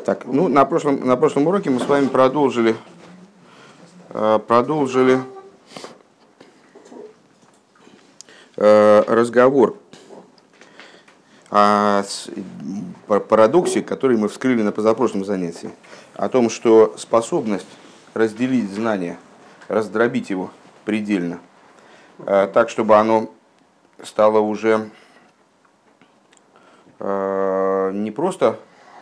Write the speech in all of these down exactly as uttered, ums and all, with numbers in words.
Так, ну, на прошлом, на прошлом уроке мы с вами продолжили, продолжили разговор о парадоксе, который мы вскрыли на позапрошлом занятии, о том, что способность разделить знание, раздробить его предельно, так, чтобы оно стало уже не просто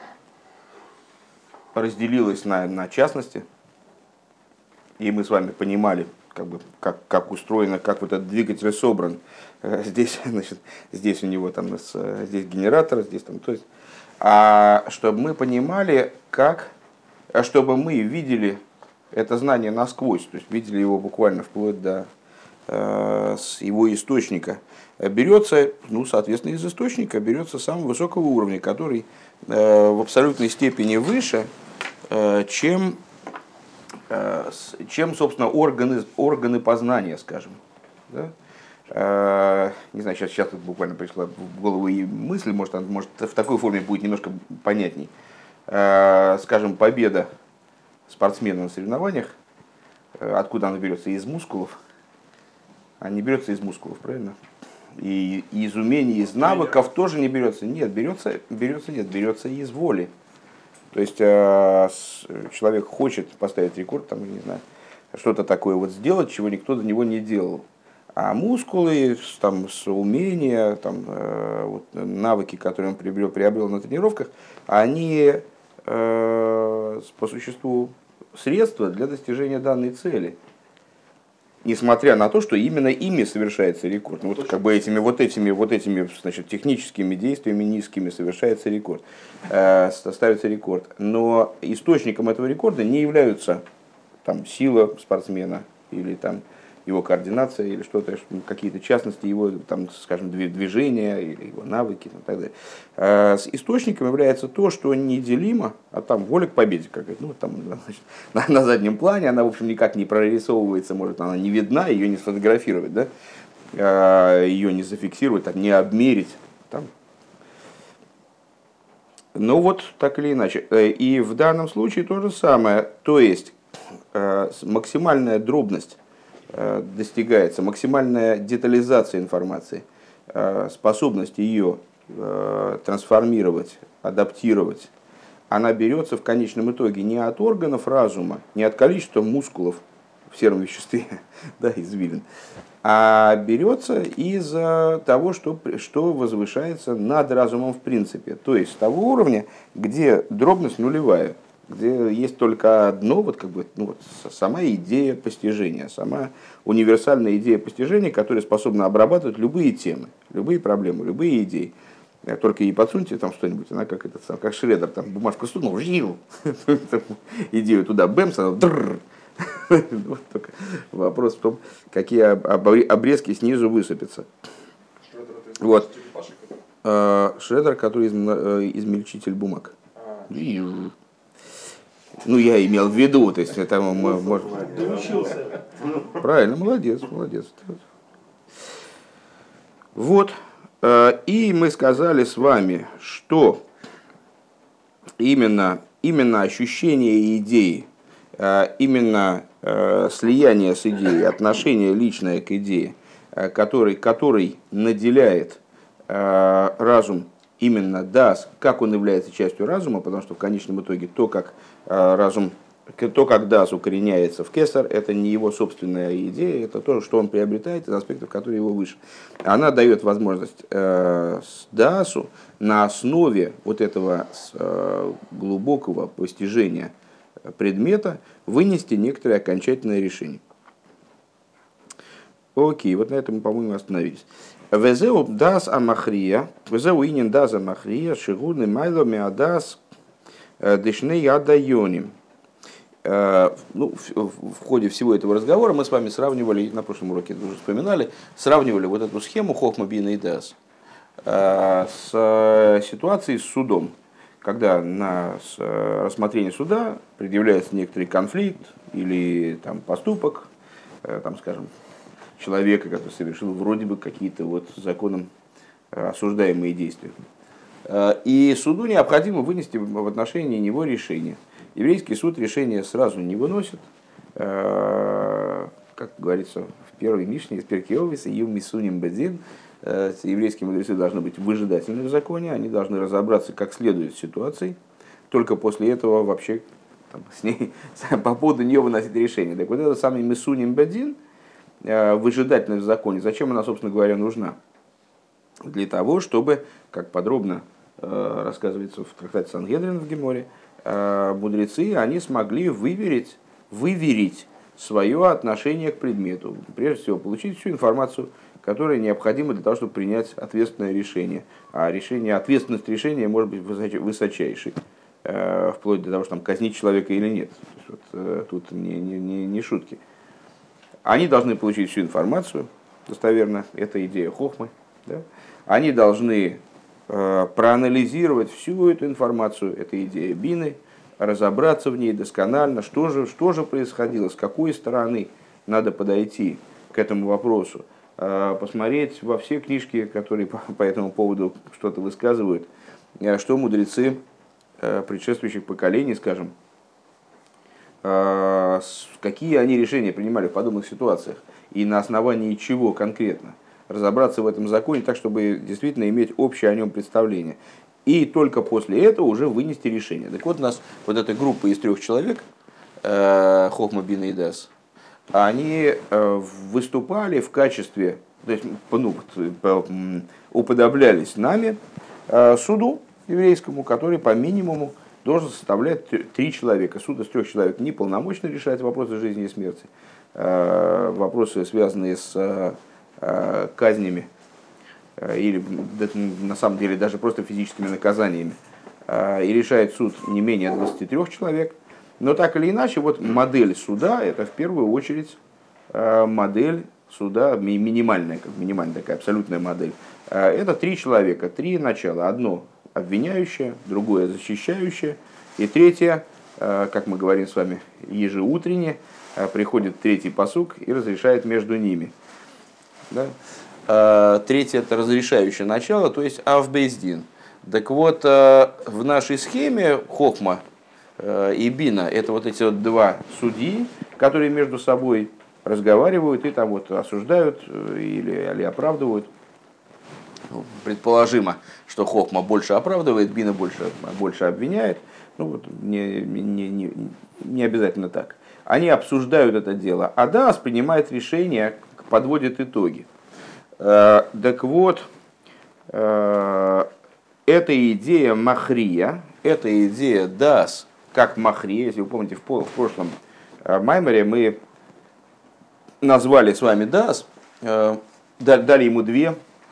разделилось на, на частности, и мы с вами понимали, как, бы, как, как устроено, как вот этот двигатель собран. Здесь, значит, здесь у него там, здесь генератор, здесь там, то есть, а чтобы мы понимали, как, чтобы мы видели это знание насквозь, то есть видели его буквально вплоть до э, его источника. Берется, ну, соответственно, из источника берется самого высокого уровня, который э, в абсолютной степени выше, э, чем, э, чем, собственно, органы, органы познания, скажем. Да? Э, не знаю, сейчас, сейчас буквально пришла в голову и мысль, может, она, может, в такой форме будет немножко понятней. Э, скажем, победа спортсмена на соревнованиях, э, откуда она берется? Из мускулов. Она не берется из мускулов, правильно? И из умений, из навыков тоже не берется. Нет, берется, берется, нет, берется из воли. То есть человек хочет поставить рекорд, там, не знаю, что-то такое вот сделать, чего никто до него не делал. А мускулы, там, умения, там, вот, навыки, которые он приобрел, приобрел на тренировках, они по существу средства для достижения данной цели. Несмотря на то, что именно ими совершается рекорд. Ну, вот как бы этими вот этими, вот этими значит, техническими действиями низкими совершается рекорд, э, ставится рекорд. Но источником этого рекорда не являются там, сила спортсмена или там, его координация или что-то, какие-то частности его, там, скажем, движения или его навыки и так далее. Э, с источником является то, что неделимо, а там воля к победе, как ну, там, значит, на, на заднем плане, она, в общем, никак не прорисовывается, может, она не видна, ее не сфотографировать, да? э, ее не зафиксировать, там, не обмерить. Там. Ну вот, так или иначе. И в данном случае то же самое, то есть э, максимальная дробность достигается, максимальная детализация информации, способность ее трансформировать, адаптировать, она берется в конечном итоге не от органов разума, не от количества мускулов в сером веществе, да, извилин, а берется из того, что, что возвышается над разумом в принципе, то есть с того уровня, где дробность нулевая, где есть только одно, вот как бы, ну, вот, сама идея постижения, сама универсальная идея постижения, которая способна обрабатывать любые темы, любые проблемы, любые идеи. Только ей подсуньте там что-нибудь, она как этот сам, как шредер, там бумажку сунул, жил, идею туда, бэмс, она дрррр. Вопрос в том, какие обрезки снизу высыпятся. Вот. Шредер, который измельчитель бумаг. Ну, я имел в виду, то есть это мы можем... Правильно, молодец, молодец. Вот, и мы сказали с вами, что именно, именно ощущение идеи, именно слияние с идеей, отношение личное к идее, который, который наделяет разум именно дас, как он является частью разума, потому что в конечном итоге то, как разум, то, как дас укореняется в кесар, это не его собственная идея, это то, что он приобретает из аспектов, которые его выше. Она дает возможность э, дасу на основе вот этого э, глубокого постижения предмета вынести некоторые окончательные решения. Окей, вот на этом мы, по-моему, остановились. Везеу дас амахрия, везеу инин дас амахрия, шигурный майло меадас дышней адайоним. Ну, в ходе всего этого разговора мы с вами сравнивали, на прошлом уроке уже вспоминали, сравнивали вот эту схему хохма бина и дас с ситуацией с судом, когда на рассмотрение суда предъявляется некоторый конфликт или там, поступок, там, скажем, человека, который совершил вроде бы какие-то вот законом осуждаемые действия. И суду необходимо вынести в отношении него решение. Еврейский суд решение сразу не выносит, как говорится в первой Мишне из Перкей Овес, «Ию мисуним бедин». Еврейские мудрецы должны быть выжидательны в законе, они должны разобраться как следует с ситуацией, только после этого вообще там, с ней, по поводу нее выносить решение. Так вот, это самый мисуним бедин, выжидательность в законе, зачем она, собственно говоря, нужна? Для того, чтобы, как подробно рассказывается в трактате Сангедрин в Геморе, мудрецы, они смогли выверить, выверить свое отношение к предмету. Прежде всего, получить всю информацию, которая необходима для того, чтобы принять ответственное решение. А решение, ответственность решения может быть высочайшей, вплоть до того, что там, казнить человека или нет. То есть, вот, тут не, не, не шутки. Они должны получить всю информацию, достоверно, это идея хохмы. Да? Они должны проанализировать всю эту информацию, это идея бины, разобраться в ней досконально, что же, что же происходило, с какой стороны надо подойти к этому вопросу, посмотреть во все книжки, которые по, по этому поводу что-то высказывают, что мудрецы предшествующих поколений, скажем, какие они решения принимали в подобных ситуациях и на основании чего конкретно. Разобраться в этом законе так, чтобы действительно иметь общее о нем представление. И только после этого уже вынести решение. Так вот, у нас вот эта группа из трех человек, Хохма, Бина и Дас, они выступали в качестве, то есть ну, уподоблялись нами суду еврейскому, который по минимуму должен составлять три человека. Суд из трех человек неполномочно решает вопросы жизни и смерти, вопросы, связанные с казнями или на самом деле даже просто физическими наказаниями, и решает суд не менее двадцати трёх человек. Но так или иначе, вот модель суда — это в первую очередь модель суда, минимальная, как минимальная такая абсолютная модель. Это три человека, три начала. Одно обвиняющее, другое защищающее, и третье, как мы говорим с вами ежеутренне, приходит третий пасук и разрешает между ними. Да? Третье — это разрешающее начало, то есть авбейздин. Так вот, в нашей схеме Хохма и Бина — это вот эти вот два судьи, которые между собой разговаривают и там вот осуждают или, или оправдывают. Предположимо, что Хохма больше оправдывает, Бина больше, больше обвиняет. Ну, вот, не, не, не, не обязательно так. Они обсуждают это дело, а Даас принимает решение, подводит итоги. Э, так вот, э, эта идея Махрия, эта идея Даас, как Махрия, если вы помните, в, в прошлом э, маймере мы назвали с вами Даас, э, дали ему две,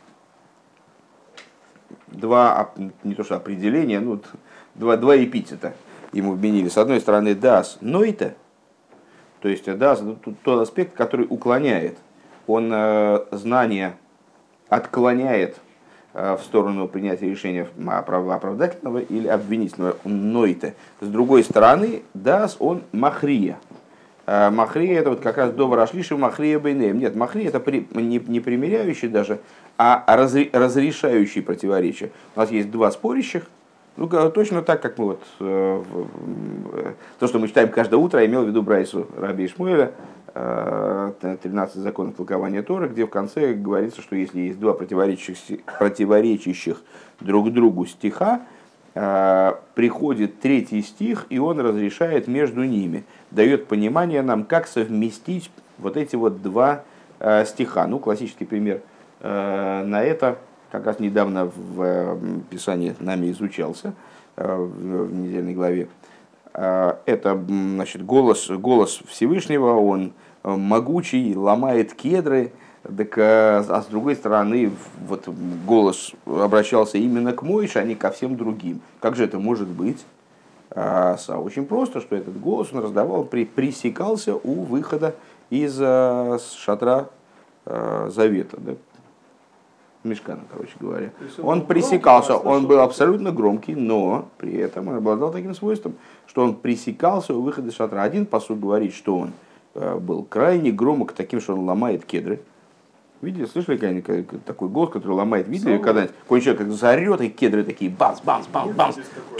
два, не то что определения, ну, два, два эпитета ему вменили. С одной стороны, Даас нойте, то есть Даас тот аспект, который уклоняет. Он э, знание отклоняет э, в сторону принятия решения оправдательного или обвинительного, нойте. С другой стороны, Даас он махрия. Э, махрия — это вот как раз до ворошлиши махрия бейнеем. Нет, махрия — это при, не, не примиряющий даже, а разри, разрешающий противоречия. У нас есть два спорящих. Ну, точно так, как мы вот, э, э, то, что мы читаем каждое утро, я имел в виду Брайсу Раби Ишмуэля, э, тринадцать законов толкования Торы, где в конце говорится, что если есть два противоречащих, противоречащих друг другу стиха, э, приходит третий стих, и он разрешает между ними, дает понимание нам, как совместить вот эти вот два э, стиха. Ну, классический пример э, на это как раз недавно в Писании нами изучался, в недельной главе. Это, значит, голос, голос Всевышнего, он могучий, ломает кедры, так, а с другой стороны, вот голос обращался именно к Мойше, а не ко всем другим. Как же это может быть? Очень просто, что этот голос он раздавал, при, пресекался у выхода из шатра завета, да? Мишкана, короче говоря. Он, он пресекался, громкий, он был абсолютно громкий, но при этом он обладал таким свойством, что он пресекался у выхода из шатра. Один пасук говорит, что он был крайне громок, таким, что он ломает кедры. Видели, слышали когда-нибудь такой голос, который ломает? Видели когда-нибудь? Какой человек как заорет, и кедры такие бамс, бамс, бамс, бамс.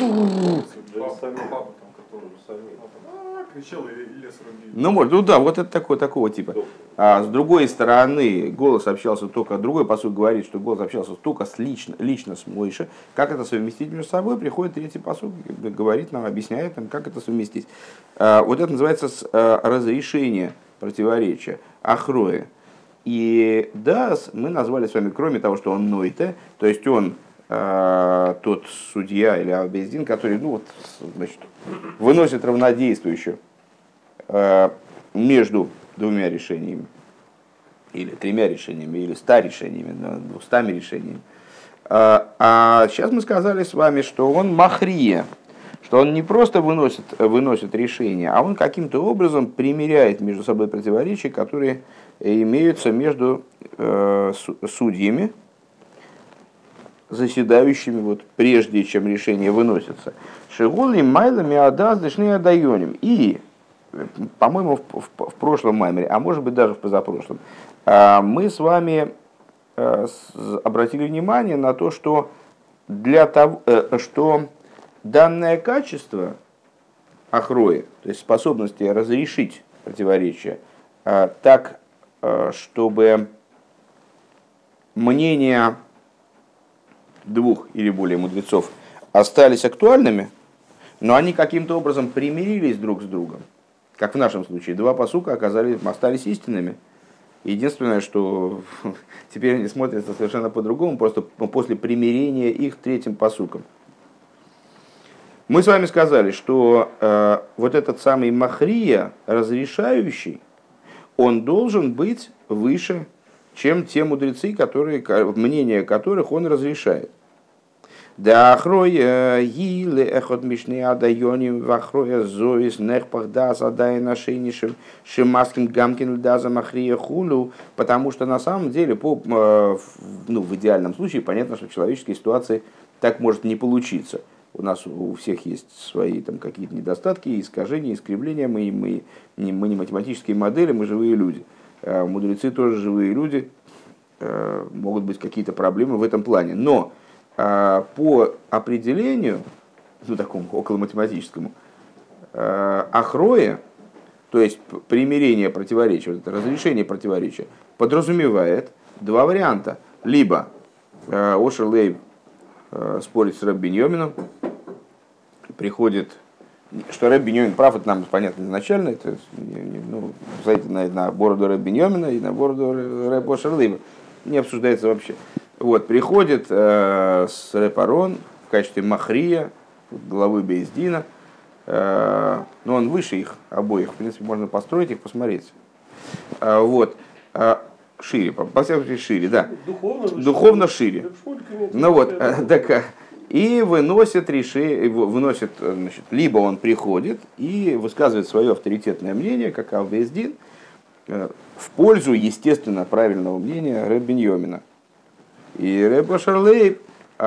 Ну, может, ну да, вот это такое, такого типа. А с другой стороны, голос общался только, другой посуд говорит, что голос общался только с лично, лично с Мойше. Как это совместить между собой? Приходит третий посуд, говорит нам, объясняет нам, как это совместить. А, вот это называется а, разрешение противоречия, ахроя. И да, мы назвали с вами, кроме того, что он нойте, то есть он э, тот судья или абездин, который ну, вот, значит, выносит равнодействующую э, между двумя решениями, или тремя решениями, или ста решениями, двумястами решениями. А, а сейчас мы сказали с вами, что он махрия, что он не просто выносит, выносит решение, а он каким-то образом примиряет между собой противоречия, которые имеются между э, судьями, заседающими вот, прежде чем решение выносится. Шигули майлами адаз дышны адайоним. И, по-моему, в, в, в прошлом маймере, а может быть даже в позапрошлом, э, мы с вами э, с, обратили внимание на то, что, для того, э, что данное качество ахрои, то есть способности разрешить противоречия, э, так чтобы мнения двух или более мудрецов остались актуальными, но они каким-то образом примирились друг с другом. Как в нашем случае, два пасука оказались, остались истинными. Единственное, что теперь они смотрятся совершенно по-другому, просто после примирения их третьим пасуком. Мы с вами сказали, что э, вот этот самый махрия, разрешающий, он должен быть выше, чем те мудрецы, которые, мнение которых он разрешает. Да ахроя гиле эхот мишне адайоним вахроя зоис нехпах дас адай нашенишем шимаскин гамкин даза махрия хулу, потому что на самом деле, по, ну, в идеальном случае, понятно, что в человеческой ситуации так может не получиться. У нас у всех есть свои там, какие-то недостатки, искажения, искривления. Мы, мы, не, мы не математические модели, мы живые люди. Мудрецы тоже живые люди. Могут быть какие-то проблемы в этом плане. Но по определению, ну такому около математическому, ахроя, то есть примирение противоречия, вот это разрешение противоречия, подразумевает два варианта. Либо Ошер Лейб спорит с Ребби Биньомином, приходит, что Ребби Биньомин прав, это нам понятно изначально, это, ну, зайдите на, на бороду Ребби Биньомина и на бороду Ребби Ошер Лейба, не обсуждается вообще. Вот, приходит э, с Ребби Арон в качестве махрия, главы Бейздина, э, но он выше их обоих, в принципе, можно построить их, посмотреть. Э, вот. Шире, по всякому случаю шире, да. Духовно, Духовно шире. Ну вот, так, и выносит решение, выносит, значит, либо он приходит и высказывает свое авторитетное мнение, как Авбейздин, в пользу, естественно, правильного мнения Ребби Биньомина. И Ребби Ошер Лейб,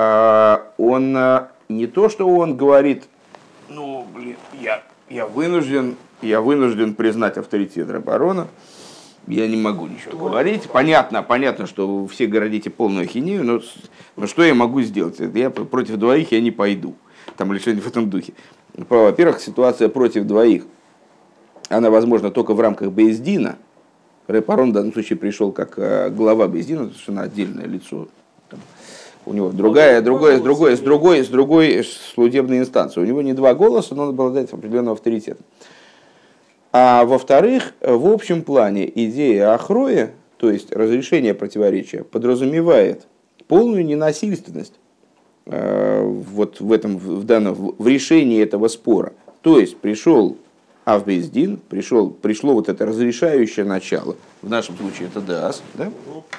он не то, что он говорит, ну, блин, я, я вынужден, я вынужден признать авторитет Ребби Арона. Я не могу ничего Твой говорить. Понятно, понятно, что вы все городите полную хинею, но, но что я могу сделать? Я против двоих я не пойду. Там или что-нибудь в этом духе. Во-первых, ситуация против двоих, она возможна только в рамках Бейздина. Ребби Арон в данном случае пришел как глава Бейздина, совершенно отдельное лицо. Там, у него другая, другое, другое, с другой, с другой судебной инстанции. У него не два голоса, но он обладает определенным авторитетом. А во-вторых, в общем плане идея ахроя, то есть разрешение противоречия, подразумевает полную ненасильственность э, вот в, этом, в, данном, в решении этого спора. То есть пришел Авбейздин, пришел, пришло вот это разрешающее начало, в нашем случае это даас, да?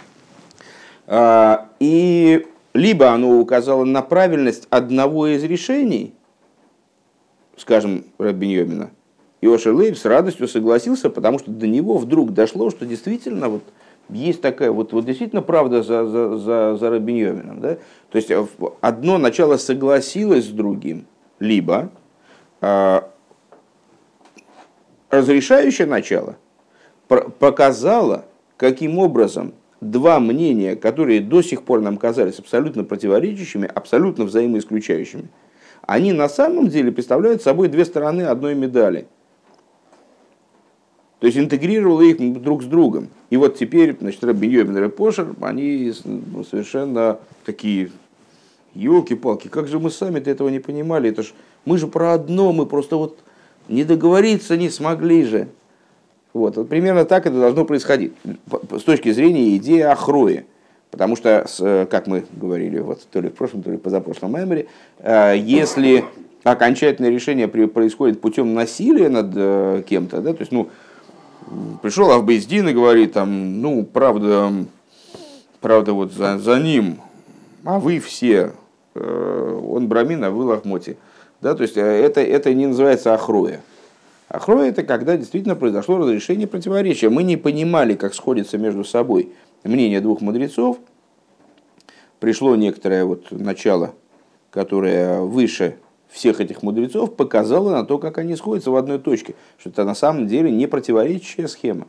а, и либо оно указало на правильность одного из решений, скажем, Ребби Биньомина, и Ошер Лейб с радостью согласился, потому что до него вдруг дошло, что действительно вот есть такая, вот, вот действительно правда за, за, за, за Ребби Биньомином. Да? То есть одно начало согласилось с другим, либо э, разрешающее начало показало, каким образом два мнения, которые до сих пор нам казались абсолютно противоречащими, абсолютно взаимоисключающими, они на самом деле представляют собой две стороны одной медали. То есть интегрировала их друг с другом. И вот теперь, значит, Рабби Йовин и Рабби Пошер, они совершенно такие, елки-палки, как же мы сами-то этого не понимали, это ж, мы же про одно, мы просто вот не договориться не смогли же. Вот, вот примерно так это должно происходить с точки зрения идеи Ахрои. Потому что, как мы говорили вот, то ли в прошлом, то ли позапрошлом меморе, если окончательное решение происходит путем насилия над кем-то, да, то есть, ну, пришел Авбейс Дин и говорит, там, ну, правда, правда вот за, за ним, а вы все, он брамин, а вы лохмоти. Да, то есть это, это не называется ахроя. Ахроя это когда действительно произошло разрешение противоречия. Мы не понимали, как сходится между собой мнение двух мудрецов. Пришло некоторое вот начало, которое выше всех этих мудрецов, показало на то, как они сходятся в одной точке. Что это на самом деле не противоречащая схема.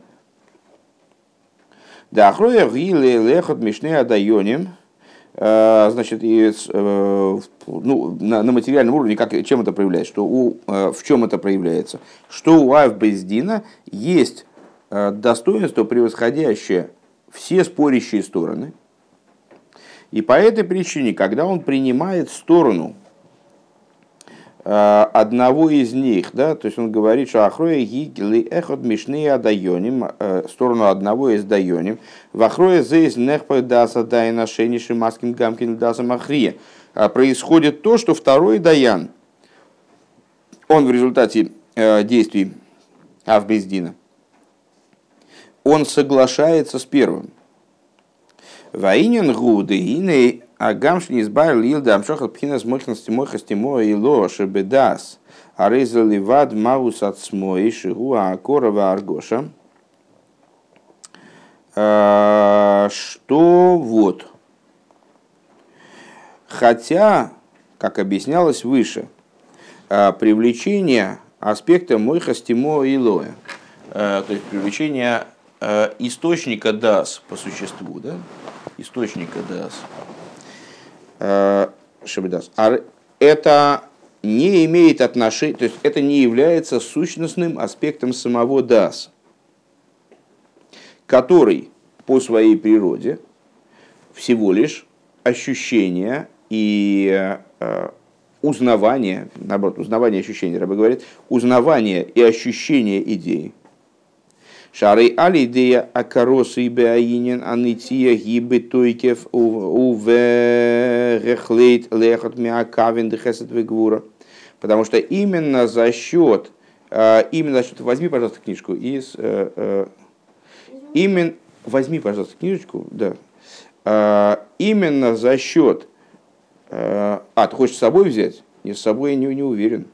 Да, ахроя гиле лехот мишне адайоним. Значит, и, ну, на, на материальном уровне как, чем это проявляется? Что у, в чем это проявляется? Что у Авбейс Дина есть достоинство, превосходящее все спорящие стороны. И по этой причине, когда он принимает сторону одного из них, да, то есть он говорит, что ахроя гигли эхот мишне адайоним, сторону одного из дайоним, в ахроя зейс нехпа даса дайна шениши маскин гамкин даса махрия, происходит то, что второй даян, он в результате действий Авбейс Дина, он соглашается с первым. Ваинен гуды иней агамшни избавил лилда амшохат пхинас мохности мохости моя и лоши бедас арезали вад маус от смои шигуа акорова аргоша. Что вот, хотя, как объяснялось выше, привлечение аспекта мохости моя и лоя, то есть привлечение источника дас по существу, да? Источника дас, шебедас, это не имеет отношения, то есть это не является сущностным аспектом самого дас, который по своей природе всего лишь ощущение и узнавание, наоборот, узнавание и ощущение, Рабби говорит, узнавание и ощущение идеи. Шары али идея акаросы и беаинен анития гибы тойкев увехлейт лехот миакавин дехесет вегвура. Потому что именно за счет, именно за счет, возьми, пожалуйста, книжку из, именно, возьми, пожалуйста, книжечку, да, именно за счет, а, ты хочешь с собой взять? Не с собой я не, не уверен.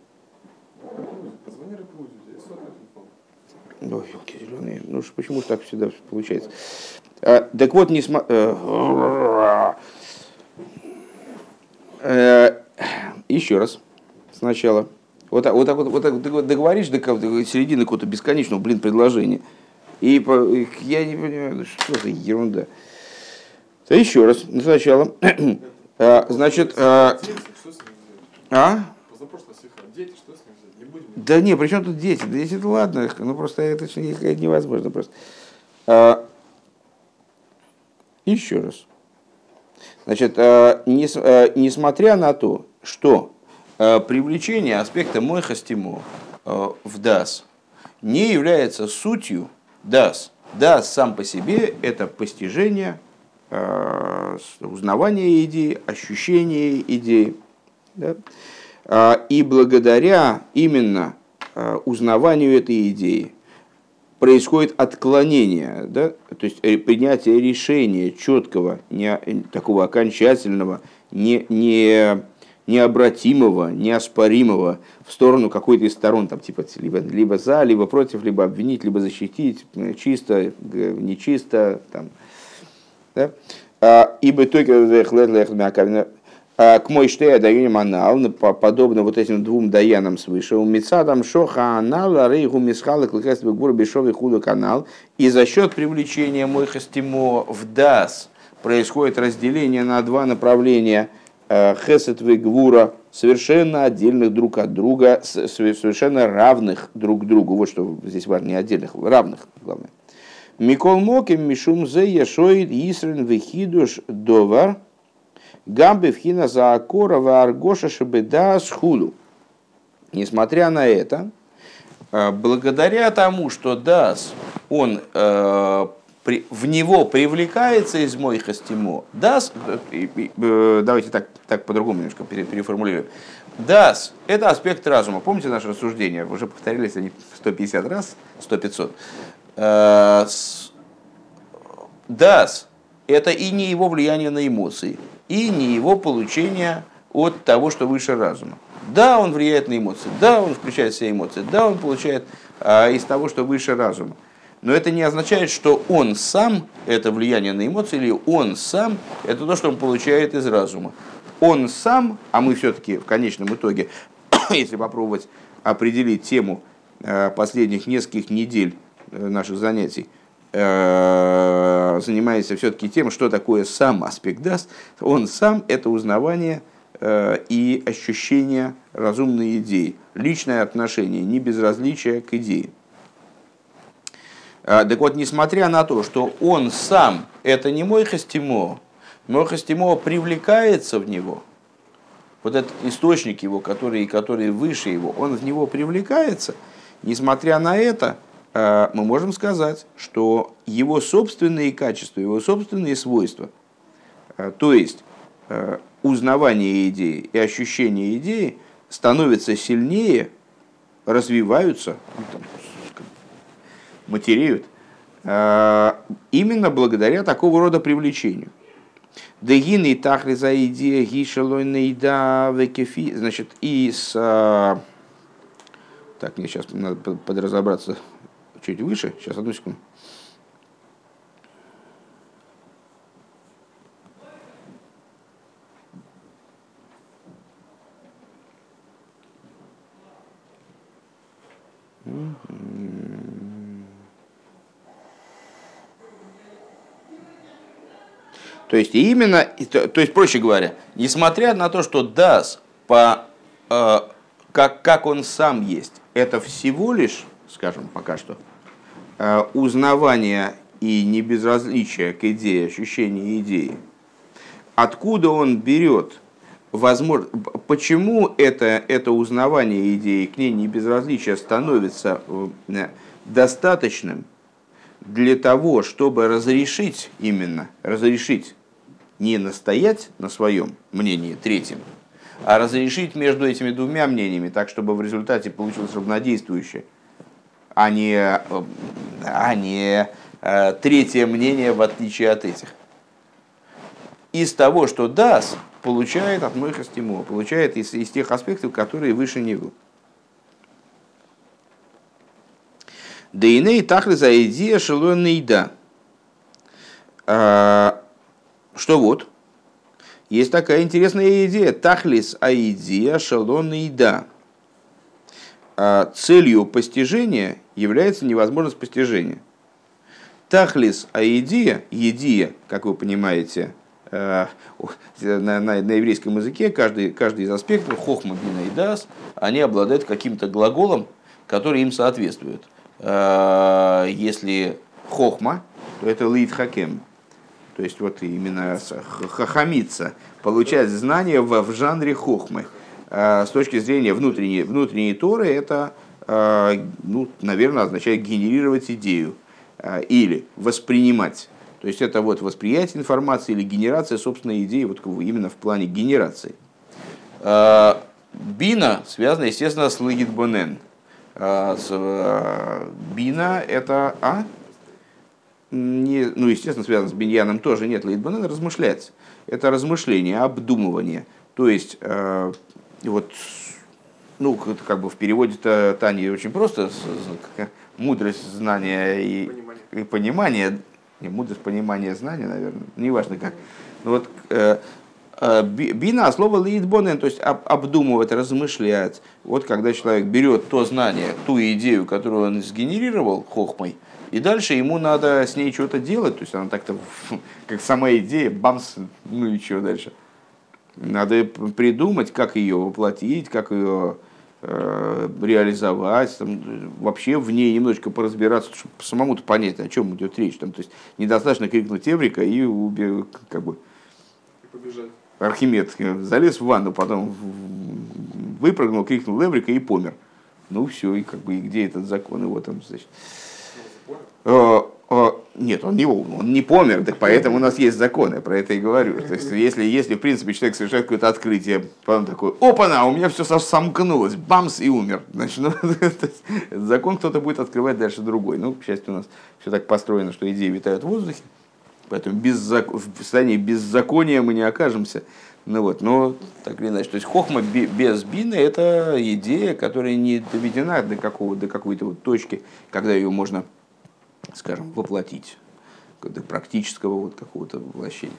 Ой, елки зеленые. Ну почему же так всегда получается? А, так вот, не см... Еще раз. Сначала. Вот так вот, так вот, вот так ты договоришь до, до середины какого-то бесконечного, блин, предложения. И по... я не понимаю, что за ерунда. Да еще раз. Сначала. а, значит. А? а? Дети, что с ним взять? Не будем... Да не, при чем тут дети? Дети, это ладно, ну просто это, это невозможно просто. А, еще раз. Значит, а, не, а, несмотря на то, что а, привлечение аспекта мойхастимо а, в дас не является сутью дас. Дас сам по себе это постижение, а, узнавание идеи, ощущение идеи. Да? И благодаря именно узнаванию этой идеи происходит отклонение, да? То есть принятие решения четкого, не, такого окончательного, не, не, необратимого, неоспоримого в сторону какой-то из сторон, там, типа, либо, либо за, либо против, либо обвинить, либо защитить, чисто, нечисто. Там, да? Ибо только К мой штея даю манал, подобно вот этим двум даянам свыше, у мецадам шоха анал, рейгу мисхала, клыкаст бегур, бешовый худу канал. И за счет привлечения мойхастимо в дас происходит разделение на два направления хесед и гвура, совершенно отдельных друг от друга, совершенно равных друг другу. Вот что здесь важно, не отдельных, равных, главное. Микол моким мишум зе яшоид исрен вехидуш довар гамбе вхина за акора аргоша шебеда схуду. Несмотря на это, благодаря тому, что дас, он в него привлекается из мойхастимо, дас, давайте так, так по-другому немножко переформулируем. Дас – это аспект разума. Помните наше рассуждение? Уже повторились они сто пятьдесят раз, сто пятьсот. Дас – это и не его влияние на эмоции, и не его получение от того, что выше разума. Да, он влияет на эмоции, да, он включает все эмоции, да, он получает а, из того, что выше разума. Но это не означает, что он сам это влияние на эмоции, или он сам это то, что он получает из разума. Он сам, а мы все-таки в конечном итоге, если попробовать определить тему последних нескольких недель наших занятий, занимается все-таки тем, что такое сам аспект дас. Он сам это узнавание и ощущение разумной идеи, личное отношение, не безразличие к идее. Так вот, несмотря на то, что он сам это не мойхастимо, мойхастимо привлекается в него, вот этот источник его, который, который выше его, он в него привлекается, несмотря на это, мы можем сказать, что его собственные качества, его собственные свойства, то есть узнавание идеи и ощущение идеи, становятся сильнее, развиваются, матереют, именно благодаря такого рода привлечению. Дегины тахли за идея гишелойнейда векефи. Значит, и с... Так, мне сейчас надо подразобраться чуть выше. Сейчас, одну секунду. То есть, именно, то, то есть, проще говоря, несмотря на то, что дас, по, э, как, как он сам есть, это всего лишь, скажем, пока что, э, узнавание и небезразличие к идее, ощущение идеи, откуда он берет возможность, почему это, это узнавание идеи, к ней небезразличие становится э, достаточным для того, чтобы разрешить именно, разрешить, не настоять на своем мнении третьем, а разрешить между этими двумя мнениями, так, чтобы в результате получилось равнодействующее, а не, а не а, третье мнение в отличие от этих. Из того, что дас, получает от мойхастимо, получает из, из тех аспектов, которые выше него. Дейней тахли за идея шелонейда. Что вот, есть такая интересная идея. Тахлис аидия шелонейда. Целью постижения является невозможность постижения. Тахлис аидия, едия, как вы понимаете, на, на, на еврейском языке каждый, каждый из аспектов, хохма, бина и дас, они обладают каким-то глаголом, который им соответствует. Если хохма, то это лид хакем. То есть вот именно хахамиться, получать знания в, в жанре хохмы. С точки зрения внутренней, внутренней Торы, это, ну, наверное, означает генерировать идею или воспринимать. То есть это вот восприятие информации или генерация собственной идеи вот именно в плане генерации. Бина связана, естественно, с лигитбонен. Бина это... А? Не, ну, естественно, связано с биньяном тоже нет. Лейтбанен размышлять. Это размышление, обдумывание. То есть, э, вот, ну, как бы в переводе-то Тани очень просто. Мудрость, знания и понимание. И понимание. Не, мудрость, понимание, знания, наверное. Неважно как. Но вот, э, Бина, слово лейтбонен, то есть обдумывать, размышлять. Вот когда человек берет то знание, ту идею, которую он сгенерировал хохмой, и дальше ему надо с ней что-то делать, то есть она так-то, как сама идея, бамс, ну и что дальше. Надо придумать, как ее воплотить, как ее э, реализовать, там, вообще в ней немножечко поразбираться, чтобы самому-то понять, о чем идет речь. Там, то есть недостаточно крикнуть Эврика и убе, как бы, побежать. Архимед залез в ванну, потом выпрыгнул, крикнул Эврика и помер. Ну все, и как бы и где этот закон его там, значит. Э, э, нет, он не, он не помер, так поэтому у нас есть законы, про это и говорю. То есть, если, если в принципе человек совершает какое-то открытие, потом такой, опа-на, у меня все сомкнулось, бамс, и умер. Значит, ну, закон кто-то будет открывать дальше другой. Ну, к счастью, у нас все так построено, что идеи витают в воздухе, поэтому без, в состоянии беззакония мы не окажемся. Ну вот, но так или иначе, то есть хохма без бины — это идея, которая не доведена до, какого, до какой-то вот точки, когда ее можно, скажем, воплотить, до практического вот какого-то воплощения.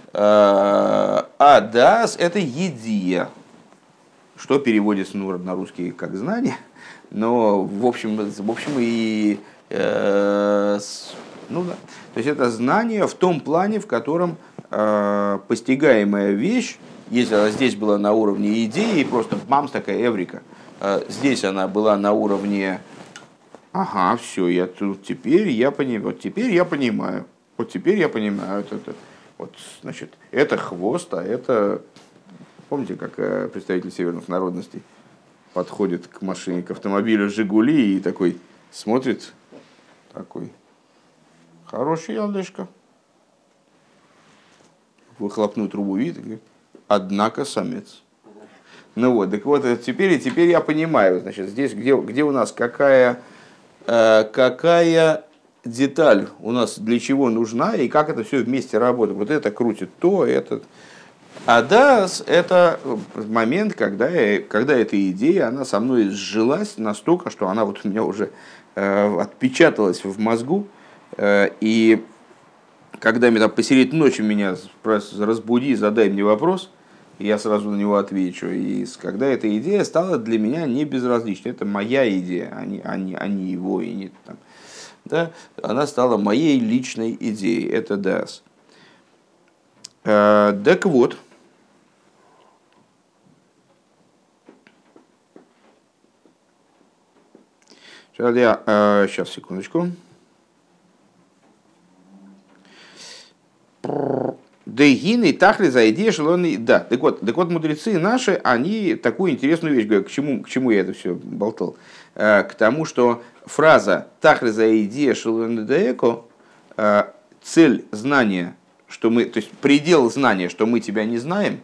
А дас — это едия, что переводится ну, на русский как знание, но в общем, в общем и э, ну да, то есть это знание в том плане, в котором э, постигаемая вещь, если она здесь была на уровне идеи, просто бамс, такая эврика, э, здесь она была на уровне, ага, все, я тут теперь я понимаю, вот теперь я понимаю, вот теперь я понимаю, это, это, вот, значит, это хвост, а это, помните, как э, представитель северных народностей подходит к машине, к автомобилю «Жигули» и такой смотрит, такой, хороший яндышка. Выхлопную трубу видит и говорит, однако самец. Ну вот, так вот, теперь, теперь я понимаю, значит, здесь где, где у нас какая, э, какая деталь у нас для чего нужна и как это все вместе работает. Вот это крутит то, это. А дас — это момент, когда, я, когда эта идея, она со мной сжилась настолько, что она вот у меня уже э, отпечаталась в мозгу. Э, и когда меня там посередине ночи меня разбуди, задай мне вопрос, я сразу на него отвечу. И когда эта идея стала для меня не безразличной, это моя идея, а не, а не, а не его, и не, там, да? Она стала моей личной идеей, это дас. Э, так вот, сейчас, я, э, сейчас секундочку. Дегины тахли за идею шелоны. Да, так вот, так вот, мудрецы наши, они такую интересную вещь говорят. К чему, к чему я это все болтал? Э, к тому, что фраза тахли за идею шелоны даэко, э, цель знания, что мы, то есть предел знания, что мы тебя не знаем,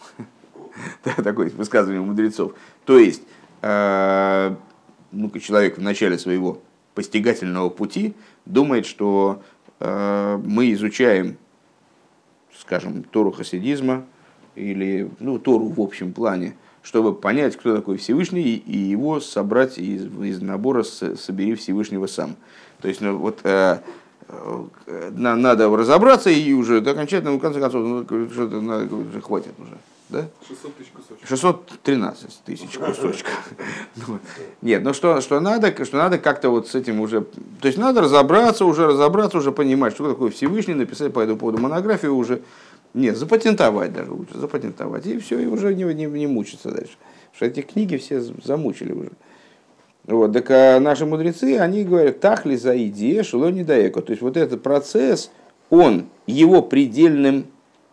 такое высказывание мудрецов. То есть, э, ну, человек в начале своего постигательного пути думает, что э, мы изучаем, скажем, Тору хасидизма или ну, Тору в общем плане, чтобы понять, кто такой Всевышний, и его собрать из, из набора «Собери Всевышнего сам». То есть, ну, вот, э, э, надо разобраться и уже до окончательного, в конце концов, ну, что-то надо, уже хватит уже. Да? шестьсот тысяч кусочков. шестьсот тринадцать тысяч кусочков. Нет, ну что, что надо, что надо как-то вот с этим уже... То есть надо разобраться уже, разобраться уже, понимать, что такое Всевышний, написать по этому поводу монографию уже. Нет, запатентовать даже лучше, запатентовать. И все, и уже не, не, не мучиться дальше. Потому что эти книги все замучили уже. Вот, так а наши мудрецы, они говорят, тахли за идея, шело не даэко. То есть вот этот процесс, он его предельным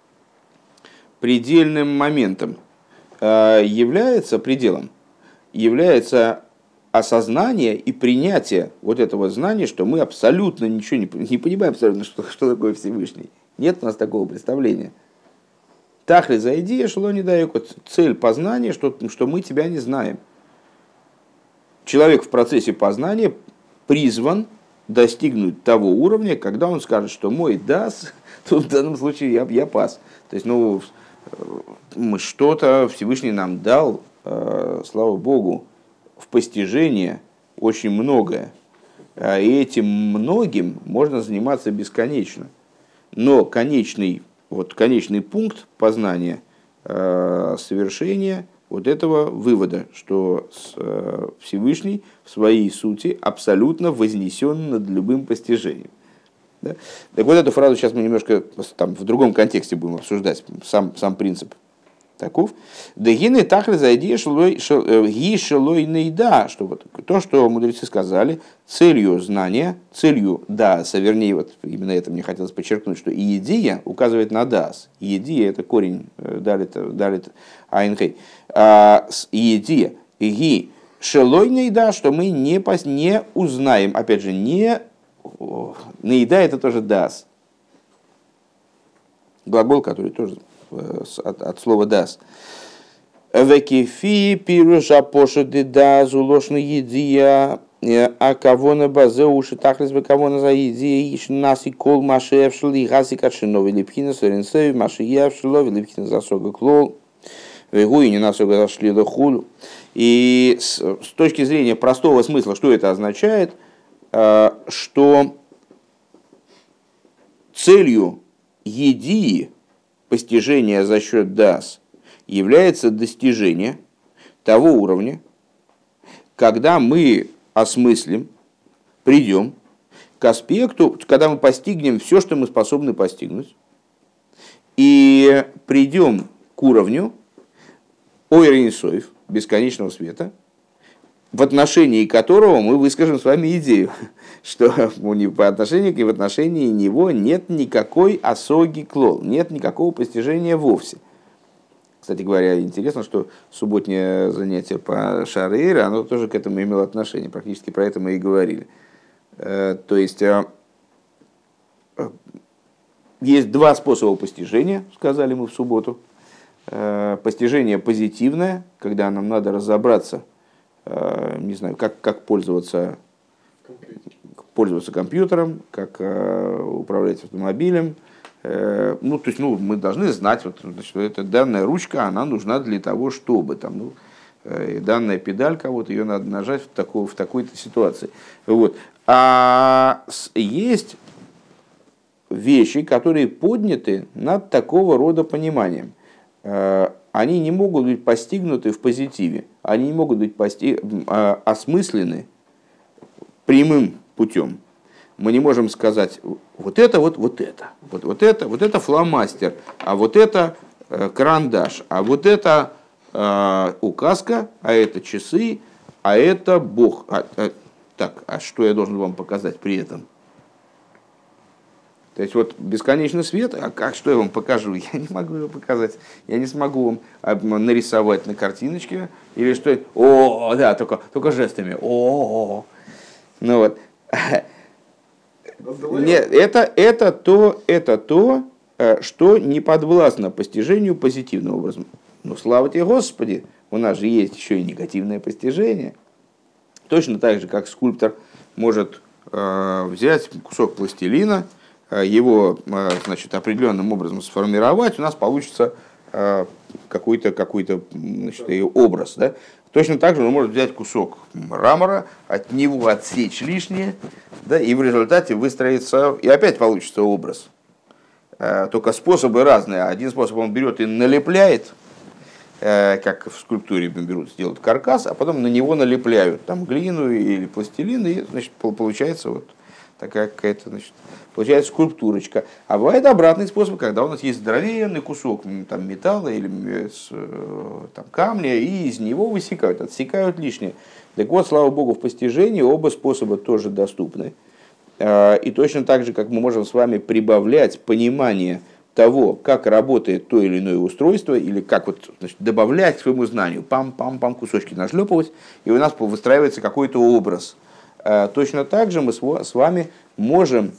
предельным моментом является пределом, является осознание и принятие вот этого знания, что мы абсолютно ничего не, не понимаем, абсолютно, что, что такое Всевышний. Нет у нас такого представления. Тахли за идея, шло не дает. Цель познания, что, что мы тебя не знаем. Человек в процессе познания призван достигнуть того уровня, когда он скажет, что мой дас, тут в данном случае я, я пас. То есть, ну, мы что-то Всевышний нам дал, э, слава Богу, в постижение очень многое. И этим многим можно заниматься бесконечно. Но конечный, вот, конечный пункт познания совершения вот этого вывода, что Всевышний в своей сути абсолютно вознесен над любым постижением. Да? Так вот, эту фразу сейчас мы немножко там, в другом контексте будем обсуждать, сам, сам принцип таков. Дегины тахли зайди ги шелой нейда, что вот то, что мудрецы сказали, целью знания, целью даса, вернее, вот именно это мне хотелось подчеркнуть, что иедия указывает на дас. Иедия — это корень далит, далит айнхей. Иедия, ги шелой нейда, что мы не, не узнаем, опять же, не нейда — это тоже дас. Глагол, который тоже От, от слова дас. Векифи пируша пошеды дазу ложно едия, а кого на базе уши тахлис бы кого на заедия, иш нас и кол машевшли, гаси качинови липхина соренсеви, машиевшилови липхина засога клол, вегу и не насога зашли до хулю. И с, с точки зрения простого смысла, что это означает, что целью едии, постижение за счет дас, является достижение того уровня, когда мы осмыслим, придем к аспекту, когда мы постигнем все, что мы способны постигнуть, и придем к уровню ойр нисоев, бесконечного света, в отношении которого мы выскажем с вами идею, что по отношению и в отношении него нет никакой осоги клол, нет никакого постижения вовсе. Кстати говоря, интересно, что субботнее занятие по Шар-Эйр, оно тоже к этому имело отношение, практически про это мы и говорили. То есть, есть два способа постижения, сказали мы в субботу. Постижение позитивное, когда нам надо разобраться, не знаю, как, как пользоваться, пользоваться компьютером, как uh, управлять автомобилем. Uh, ну, то есть, ну, мы должны знать, вот, значит, эта данная ручка, она нужна для того, чтобы там, ну, uh, данная педалька, вот ее надо нажать в, такой, в такой-то ситуации. Вот. А есть вещи, которые подняты над такого рода пониманием. Uh, они не могут быть постигнуты в позитиве, они не могут быть пости... осмыслены прямым путем. Мы не можем сказать, вот это, вот, вот это, вот, вот это, вот это фломастер, а вот это карандаш, а вот это э, указка, а это часы, а это Бог. А, а, так, а что я должен вам показать при этом? То есть вот бесконечный свет, а как, что я вам покажу? Я не могу его показать. Я не смогу вам нарисовать на картиночке. Или что? О, да, только, только жестами. О, ну вот. Нет, это, это, то, это то, что не подвластно постижению позитивным образом. Но слава тебе, Господи, у нас же есть еще и негативное постижение. Точно так же, как скульптор может э, взять кусок пластилина, его, значит, определенным образом сформировать, у нас получится какой-то, какой-то, значит, образ. Да? Точно так же он может взять кусок мрамора, от него отсечь лишнее, да, и в результате выстроится, и опять получится образ. Только способы разные. Один способ он берет и налепляет, как в скульптуре берут, сделают каркас, а потом на него налепляют там глину или пластилин, и, значит, получается вот такая какая-то, значит, получается скульптурочка. А бывает обратный способ, когда у нас есть здоровенный кусок там, металла или там, камня, и из него высекают, отсекают лишнее. Так вот, слава Богу, в постижении оба способа тоже доступны. И точно так же, как мы можем с вами прибавлять понимание того, как работает то или иное устройство, или как вот, значит, добавлять к своему знанию, пам-пам-пам, кусочки нашлепывать, и у нас выстраивается какой-то образ. Точно так же мы с вами можем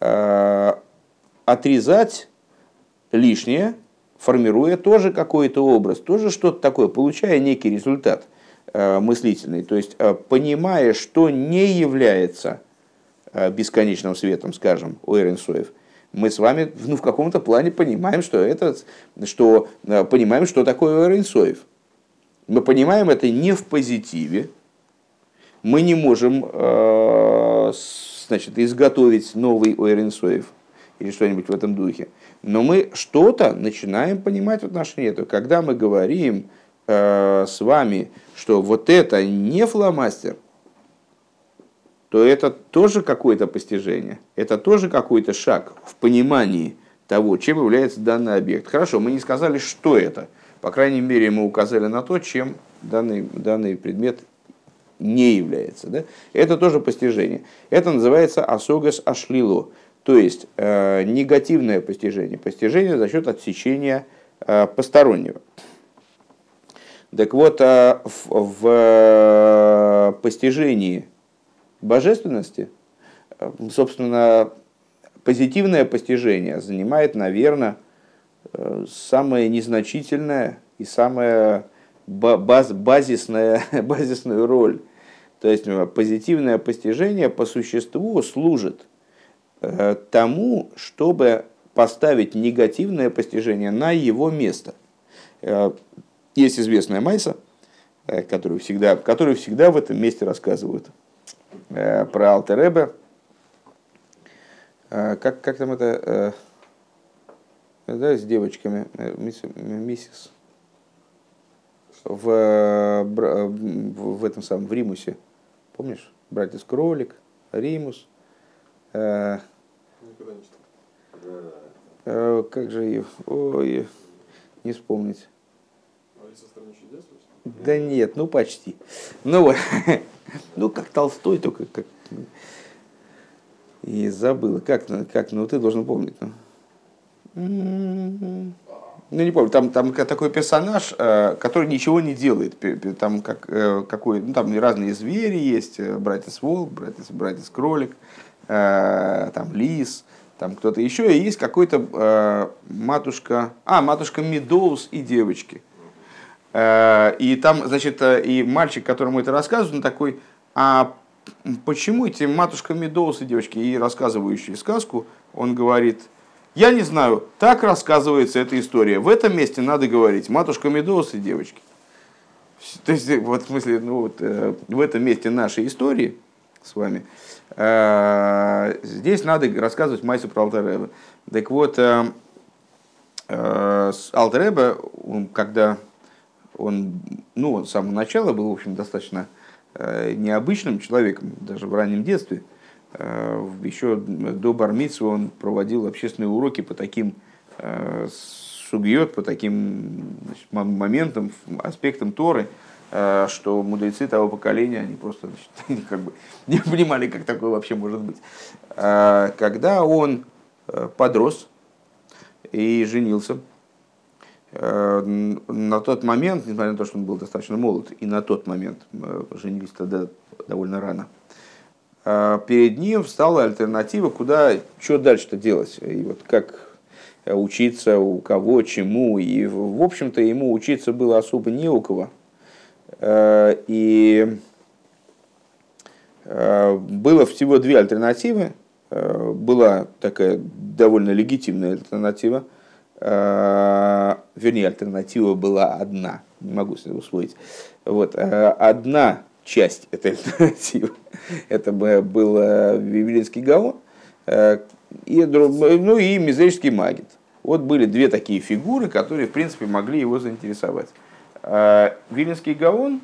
отрезать лишнее, формируя тоже какой-то образ, тоже что-то такое, получая некий результат мыслительный, то есть понимая, что не является бесконечным светом, скажем, ойр эйн соев, мы с вами, ну, в каком-то плане понимаем, что это, что понимаем, что такое ойр эйн соев. Мы понимаем это не в позитиве. Мы не можем, значит, изготовить новый ойр эйн соев или что-нибудь в этом духе. Но мы что-то начинаем понимать в отношении этого. Когда мы говорим э, с вами, что вот это не фломастер, то это тоже какое-то постижение, это тоже какой-то шаг в понимании того, чем является данный объект. Хорошо, мы не сказали, что это. По крайней мере, мы указали на то, чем данный, данный предмет не является. Да? Это тоже постижение. Это называется асогас ашлило, то есть э, негативное постижение. Постижение за счет отсечения э, постороннего. Так вот, э, в, в постижении божественности, собственно, позитивное постижение занимает, наверное, самое незначительное и самое баз, базисное, базисную роль. То есть позитивное постижение по существу служит тому, чтобы поставить негативное постижение на его место. Есть известная майса, которую всегда, которую всегда в этом месте рассказывают. Про Алтер Ребе. Как, как там это, да, с девочками, миссис, в, в этом самом, в Римусе, помнишь? Братец Кролик, Римус. Никогда не читал. Как же ее, ой, не вспомнить. Алиса в стране чудес? Да нет, ну почти. Ну вот. Ну, как Толстой, только как... И забыла. Как, как, ну, ты должен помнить. Ну, ну не помню. Там, там такой персонаж, который ничего не делает. Там, как, какой, ну, там разные звери есть. Братец Волк, братец, братец Кролик, там Лис, там кто-то еще. И есть какой-то матушка... А, матушка Медоуз и девочки. И там, значит, и мальчик, которому это рассказывают, он такой, а почему эти матушка Медоуз и девочки, и рассказывающие сказку, он говорит, я не знаю, так рассказывается эта история, в этом месте надо говорить матушка Медоуз и девочки. То есть, вот в смысле, ну вот, в этом месте нашей истории с вами, здесь надо рассказывать майсу про Алтер Ребе. Так вот, Алтер Ребе, когда... Он, ну, он с самого начала был, в общем, достаточно э, необычным человеком, даже в раннем детстве. Э, еще до бар-мицвы он проводил общественные уроки по таким э, сугьот, по таким, значит, моментам, аспектам Торы, э, что мудрецы того поколения, они просто, значит, как бы не понимали, как такое вообще может быть. Э, когда он подрос и женился, на тот момент, несмотря на то, что он был достаточно молод, и на тот момент женились тогда довольно рано, перед ним встала альтернатива, куда, что дальше-то делать, и вот как учиться, у кого, чему, и, в общем-то, ему учиться было особо не у кого. И было всего две альтернативы. Была такая довольно легитимная альтернатива, вернее, альтернатива была одна, не могу себе усвоить. Вот. Одна часть этой альтернативы, это был Вавилонский Гаон, и, ну и Мизрейский Магид. Вот были две такие фигуры, которые, в принципе, могли его заинтересовать. Вавилонский Гаон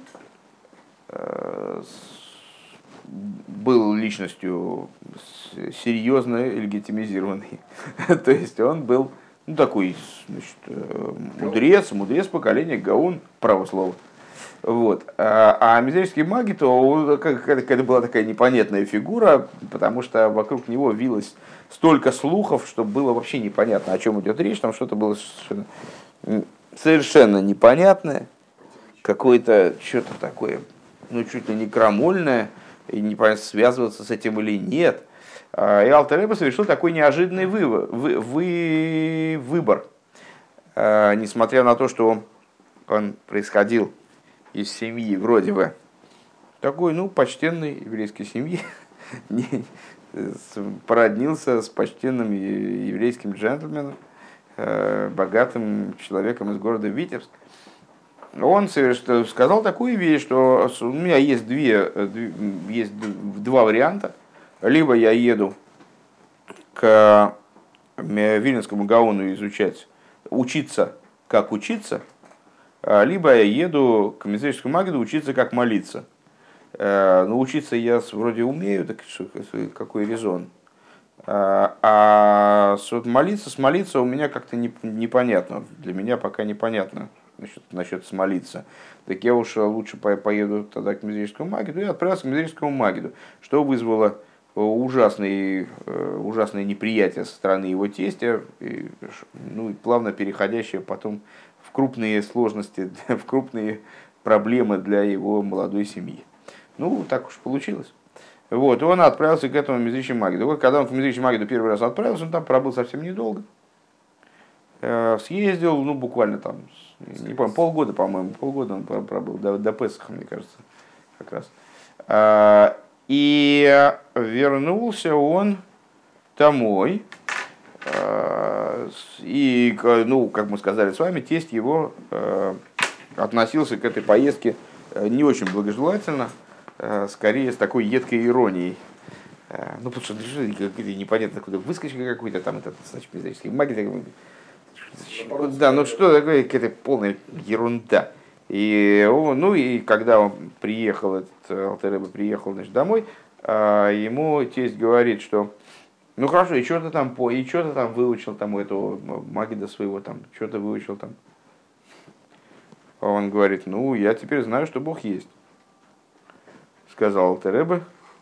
был личностью серьезно легитимизированной. То есть он был, ну, такой, значит, мудрец, мудрец поколения Гаон, право слово. Вот. А Мизрейский Магид, это была такая непонятная фигура, потому что вокруг него вилось столько слухов, что было вообще непонятно, о чем идет речь. Там что-то было совершенно, совершенно непонятное, какое-то что-то такое, ну, чуть ли не крамольное, и непонятно, связываться с этим или нет. И Алтер Ребе совершил такой неожиданный выбор, вы, вы, выбор. Несмотря на то, что он происходил из семьи вроде бы такой, ну, почтенной еврейской семьи, породнился с почтенным еврейским джентльменом, богатым человеком из города Витебск. Он сказал такую вещь, что у меня есть, две, есть два варианта. Либо я еду к Вильнинскому Гаону изучать, учиться, как учиться, либо я еду к Мезрическому Магиду учиться, как молиться. Но учиться я вроде умею, так какой резон. А молиться, смолиться у меня как-то непонятно. Для меня пока непонятно насчет, насчет смолиться. Так я уж лучше поеду тогда к Мезрическому Магиду и отправился к Мезрическому Магиду, что вызвало ужасные, ужасное неприятие со стороны его тестя, и, ну, и плавно переходящее потом в крупные сложности, в крупные проблемы для его молодой семьи. Ну, так уж получилось. Вот, и он отправился к этому Мезрическому Магиду. Вот, когда он к Мезрическому Магиду первый раз отправился, он там пробыл совсем недолго. Съездил, ну, буквально там, не помню, полгода, по-моему, полгода он пробыл, до, до Песаха, мне кажется, как раз. И вернулся он домой. И, ну, как мы сказали с вами, тесть его относился к этой поездке не очень благожелательно, скорее с такой едкой иронией. Ну, потому что непонятно, куда выскочка какой-то, там этот, значит, мезрический магия. Да, ну что такое, какая-то полная ерунда. И, ну и когда он приехал, этот Алтер Ребе приехал, значит, домой, ему тесть говорит, что ну хорошо, и что ты там по, и что ты там выучил там у этого Магида своего, там, что ты выучил там. Он говорит, ну я теперь знаю, что Бог есть, сказал Алтер Ребе,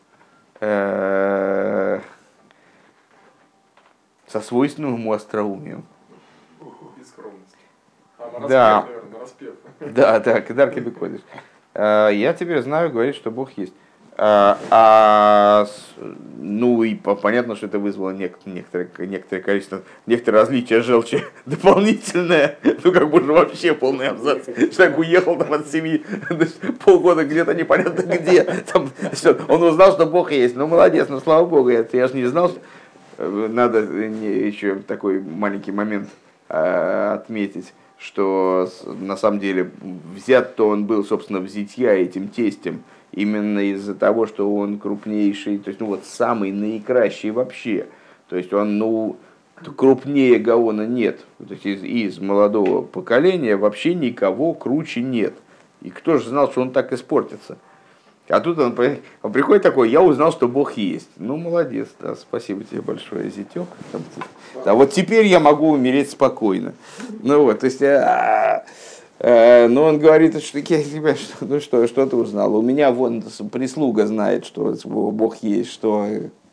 со свойственным ему остроумием. А, да. Распев, наверное, распев. Да, да, Кедар Кебекодиш. Я теперь знаю, говорит, что Бог есть. А, а, ну и понятно, что это вызвало некоторое, некоторое количество, некоторое различие желчи дополнительное. Ну как бы вообще полный абзац. Человек уехал там от семьи полгода где-то непонятно где. Там, он узнал, что Бог есть. Ну молодец, ну слава Богу, я, я же не знал, что... Надо еще такой маленький момент отметить, что на самом деле взят-то он был, собственно, взятья этим тестем именно из-за того, что он крупнейший, то есть, ну вот, самый наикращий вообще. То есть, он, ну, крупнее Гаона нет. То есть, из, из молодого поколения вообще никого круче нет. И кто же знал, что он так испортится? А тут он, он приходит такой, я узнал, что Бог есть. Ну, молодец, да, спасибо тебе большое, зятек. Да, вот теперь я могу умереть спокойно. Ну вот, то есть, а, а, но он говорит, что, тебя, что, ну, что, что ты узнал? У меня вон прислуга знает, что Бог есть, что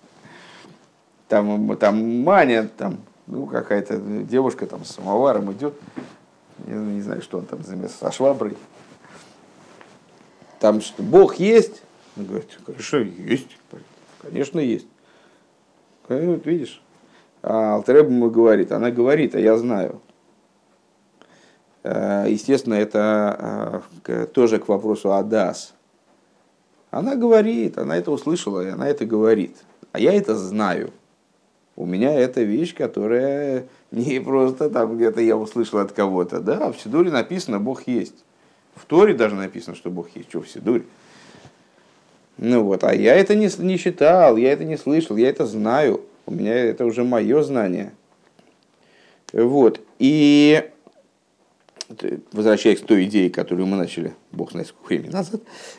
там, там Маня, там, ну, какая-то девушка там с самоваром идет, я не знаю, что он там со шваброй. Там что, Бог есть? Он говорит, хорошо, есть. Конечно, есть. Вот видишь. А Алтер Ребе ему говорит, она говорит, а я знаю. Естественно, это тоже к вопросу Адас. Она говорит, она это услышала, и она это говорит. А я это знаю. У меня это вещь, которая не просто там где-то я услышал от кого-то. Да, в Сидуре написано, Бог есть. В Торе даже написано, что Бог есть. Что в Сидуре? Ну вот, а я это не, не читал, я это не слышал, я это знаю. У меня это уже мое знание. Вот. И возвращаясь к той идее, которую мы начали, Бог знает сколько времени назад,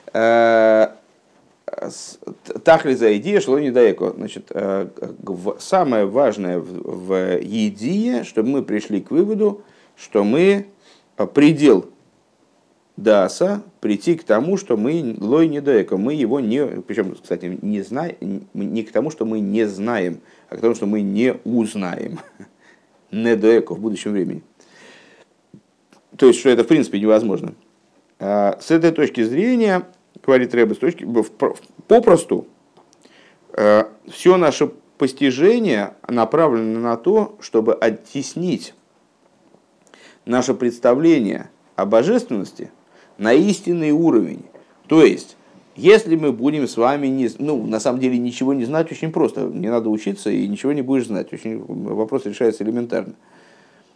тахли за идея шло не даеко. Значит, самое важное в идее, чтобы мы пришли к выводу, что мы предел даса прийти к тому, что мы лой не даеко, мы его не, причем, кстати, не знаем, не к тому, что мы не знаем, а к тому, что мы не узнаем. Не даеко в будущем времени. То есть, что это в принципе невозможно. С этой точки зрения, говорит Ребе, с точки, попросту, все наше постижение направлено на то, чтобы оттеснить наше представление о божественности на истинный уровень. То есть, если мы будем с вами, не, ну, на самом деле, ничего не знать, очень просто. Не надо учиться, и ничего не будешь знать. Очень, вопрос решается элементарно.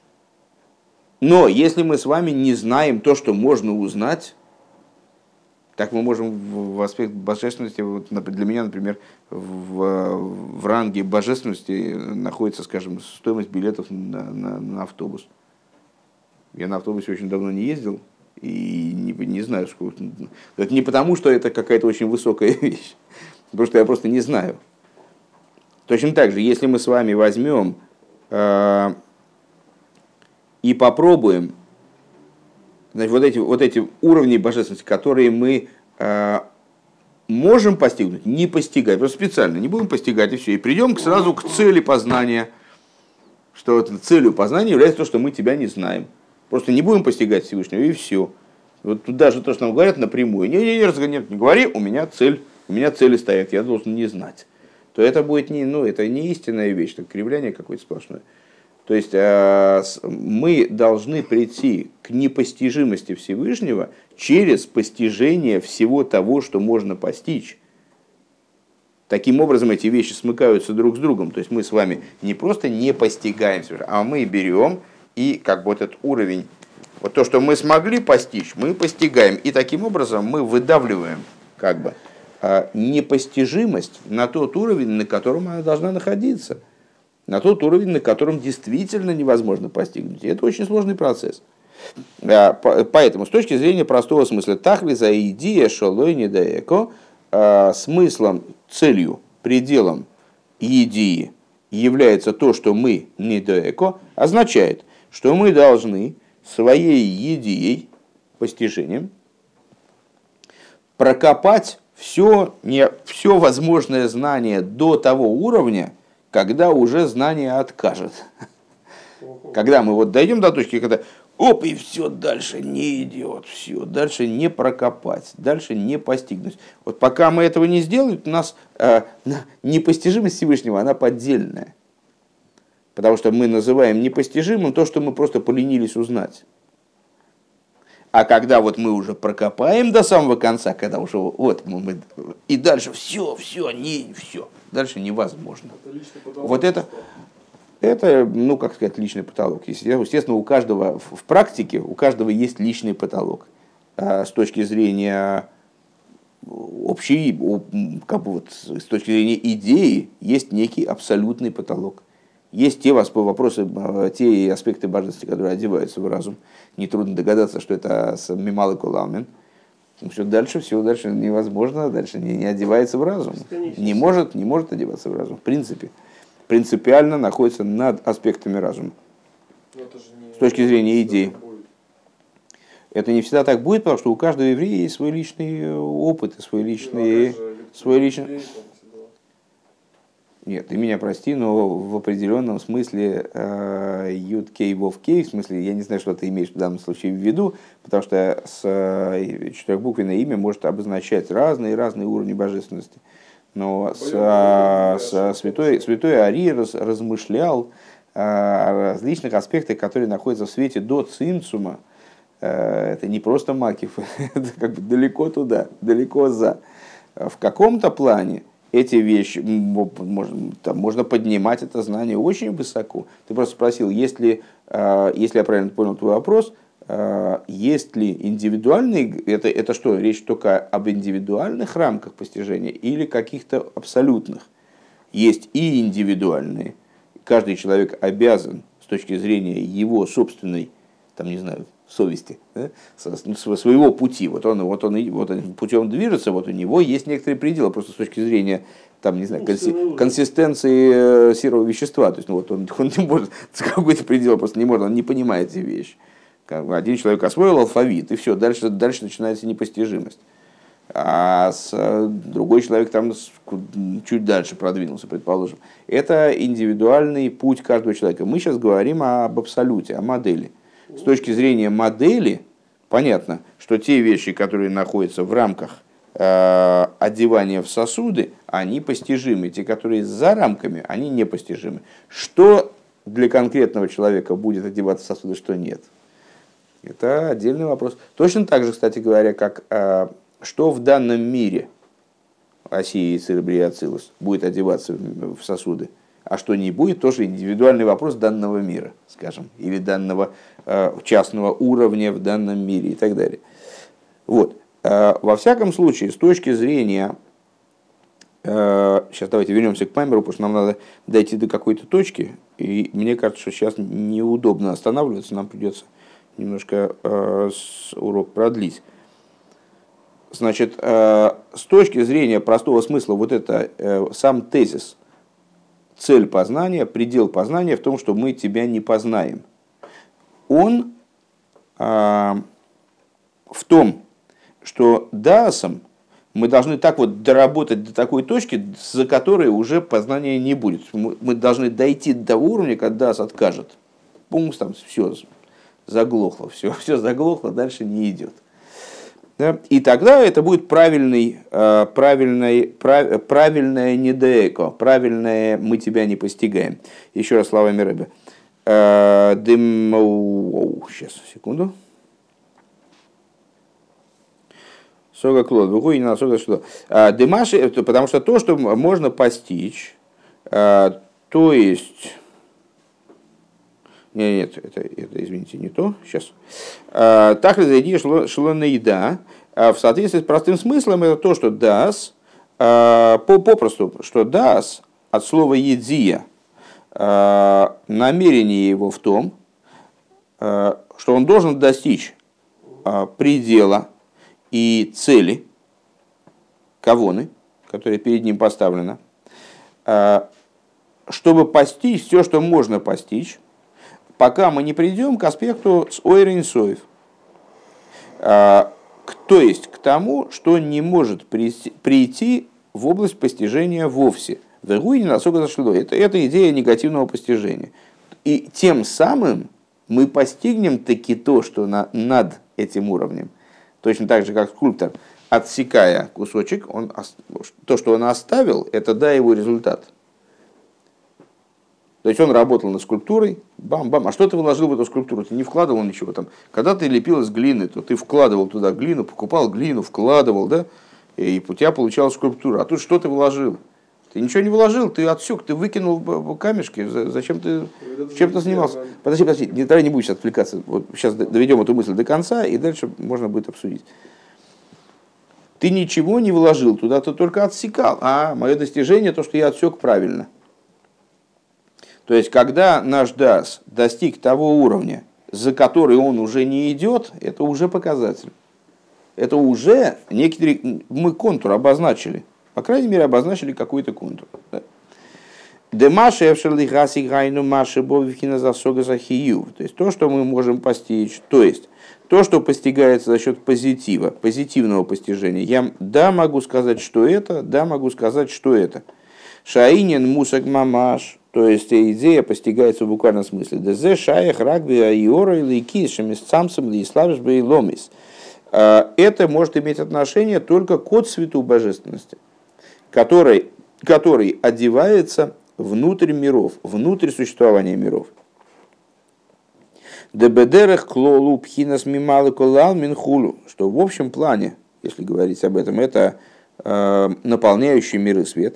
Но если мы с вами не знаем то, что можно узнать, Так мы можем в, в аспект божественности, вот для меня, например, в, в ранге божественности находится, скажем, стоимость билетов на, на, на автобус. Я на автобусе очень давно не ездил и не, не знаю, сколько. Это не потому, что это какая-то очень высокая вещь, потому что я просто не знаю. Точно так же, если мы с вами возьмем э, и попробуем, значит, вот, эти, вот эти уровни божественности, которые мы э, можем постигнуть, не постигать, просто специально не будем постигать, и все, и придем сразу к цели познания, что вот целью познания является то, что мы тебя не знаем. Просто не будем постигать Всевышнего, и все. Вот тут даже то, что нам говорят напрямую, не-не-не, разгоняют, не говори, у меня цель, у меня цели стоят, я должен не знать. То это будет не, ну, это не истинная вещь, это кривляние какое-то сплошное. То есть мы должны прийти к непостижимости Всевышнего через постижение всего того, что можно постичь. Таким образом, эти вещи смыкаются друг с другом. То есть мы с вами не просто не постигаем Всевышнего, а мы берем и как бы этот уровень, вот то, что мы смогли постичь, мы постигаем. И таким образом мы выдавливаем как бы непостижимость на тот уровень, на котором она должна находиться. На тот уровень, на котором действительно невозможно постигнуть. И это очень сложный процесс. Поэтому, с точки зрения простого смысла, тахлиза идея шолой недаеко, смыслом, целью, пределом идеи является то, что мы недаеко, означает, что мы должны своей идеей, постижением, прокопать все, не, все возможное знание до того уровня, когда уже знание откажет. Когда мы вот дойдем до точки, когда оп, и все дальше не идет, все, дальше не прокопать, дальше не постигнуть. Вот пока мы этого не сделаем, у нас э, непостижимость Всевышнего, она поддельная. Потому что мы называем непостижимым то, что мы просто поленились узнать. А когда вот мы уже прокопаем до самого конца, когда уже вот мы, и дальше все, все, не все, дальше невозможно. Это вот это, это, ну как сказать, личный потолок. Естественно, у каждого в практике у каждого есть личный потолок. А с точки зрения общей, как бы вот, с точки зрения идеи, есть некий абсолютный потолок. Есть те вопросы, те аспекты божественности, которые одеваются в разум. Нетрудно догадаться, что это мимал и куламин. Все дальше, все дальше невозможно, дальше не, не одевается в разум. Не может, не может одеваться в разум. В принципе, принципиально находится над аспектами разума. С точки зрения идеи. Это не всегда так будет, потому что у каждого еврея есть свой личный опыт, свой личный... Свой личный... Нет, ты меня прости, но в определенном смысле Юд Кей Вов Кей, в смысле, я не знаю, что ты имеешь в данном случае в виду, потому что с четырехбуквенное имя может обозначать разные-разные уровни божественности. Но с, с святой, святой Ари раз, размышлял о различных аспектах, которые находятся в свете до цимцума. Это не просто макиф, это как бы далеко туда, далеко за. В каком-то плане эти вещи, можно, там, можно поднимать это знание очень высоко. Ты просто спросил, есть ли, если я правильно понял твой вопрос, есть ли индивидуальные, это, это что, речь только об индивидуальных рамках постижения или каких-то абсолютных? Есть и индивидуальные. Каждый человек обязан с точки зрения его собственной, там, не знаю, совести, да, своего пути. Вот он, вот, он, вот он путем движется, вот у него есть некоторые пределы, просто с точки зрения там, не знаю, конси- консистенции серого вещества. То есть, ну, вот он, он не может, какой-то предел просто не может, он не понимает эти вещи. Один человек освоил алфавит, и все, дальше, дальше начинается непостижимость. А с, другой человек там чуть дальше продвинулся, предположим. Это индивидуальный путь каждого человека. Мы сейчас говорим об абсолюте, о модели. С точки зрения модели, понятно, что те вещи, которые находятся в рамках э, одевания в сосуды, они постижимы. Те, которые за рамками, они непостижимы. Что для конкретного человека будет одеваться в сосуды, что нет? Это отдельный вопрос. Точно так же, кстати говоря, как э, что в данном мире Осия, Церебрия, Ацилус будет одеваться в сосуды, а что не будет, тоже индивидуальный вопрос данного мира, скажем, или данного э, частного уровня в данном мире и так далее. Вот. Во всяком случае, с точки зрения... Сейчас давайте вернемся к Маймеру, потому что нам надо дойти до какой-то точки. И мне кажется, что сейчас неудобно останавливаться, нам придется немножко урок продлить. Значит, с точки зрения простого смысла, вот это сам тезис, цель познания, предел познания в том, что мы тебя не познаем. Он в том, что даасом мы должны так вот доработать до такой точки, за которой уже познания не будет. Мы должны дойти до того уровня, когда даас откажет. Пункт, там все заглохло, все, все заглохло, дальше не идет. Да? И тогда это будет правильный, правильный, прав, правильное недеэко, правильное мы тебя не постигаем. Еще раз словами Ребе. Сейчас, секунду. Сога клод, выходит на сога что. Дымаши, потому что то, что можно постичь, то есть... Нет, нет, это, это, извините, не то. Сейчас. Так ли зайди шлонаида. В соответствии с простым смыслом, это то, что дас, попросту, что дас от слова едия, намерение его в том, что он должен достичь предела и цели кавоны, которая перед ним поставлена, чтобы постичь все, что можно постичь, пока мы не придем к аспекту с ойрин соев, то есть к тому, что не может прийти в область постижения вовсе. Это, это идея негативного постижения. И тем самым мы постигнем таки то, что на, над этим уровнем. Точно так же, как скульптор, отсекая кусочек, он, то, что он оставил, это да, его результат. То есть он работал над скульптурой, бам-бам. А что ты вложил в эту скульптуру? Ты не вкладывал ничего там. Когда ты лепил из глины, то ты вкладывал туда глину, покупал глину, вкладывал, да, и у тебя получалась скульптура. А тут что ты вложил? Ты ничего не вложил, ты отсек, ты выкинул камешки. Зачем ты, чем ты занимался? Подожди, подожди, не, давай не будешь сейчас отвлекаться. Вот сейчас доведем эту мысль до конца, и дальше можно будет обсудить. Ты ничего не вложил туда, ты только отсекал. А, мое достижение, то, что я отсек правильно. То есть, когда наш дас достиг того уровня, за который он уже не идет, это уже показатель. Это уже некоторые, мы контур обозначили. По крайней мере, обозначили какой-то контур. То есть, то, что мы можем постичь, то есть, то, что постигается за счет позитива, позитивного постижения. Я, да, могу сказать, что это, да, могу сказать, что это. Шаинин мусак мамаш, то есть, идея постигается в буквальном смысле. Дезе шаях рагби айора или кишами с самсом или славиш бы и ломис. Это может иметь отношение только к отцвету божественности, который, который одевается внутрь миров, внутрь существования миров. Дебедерах клолу пхинас мималы колал минхулу, что в общем плане, если говорить об этом, это э, наполняющий миры свет.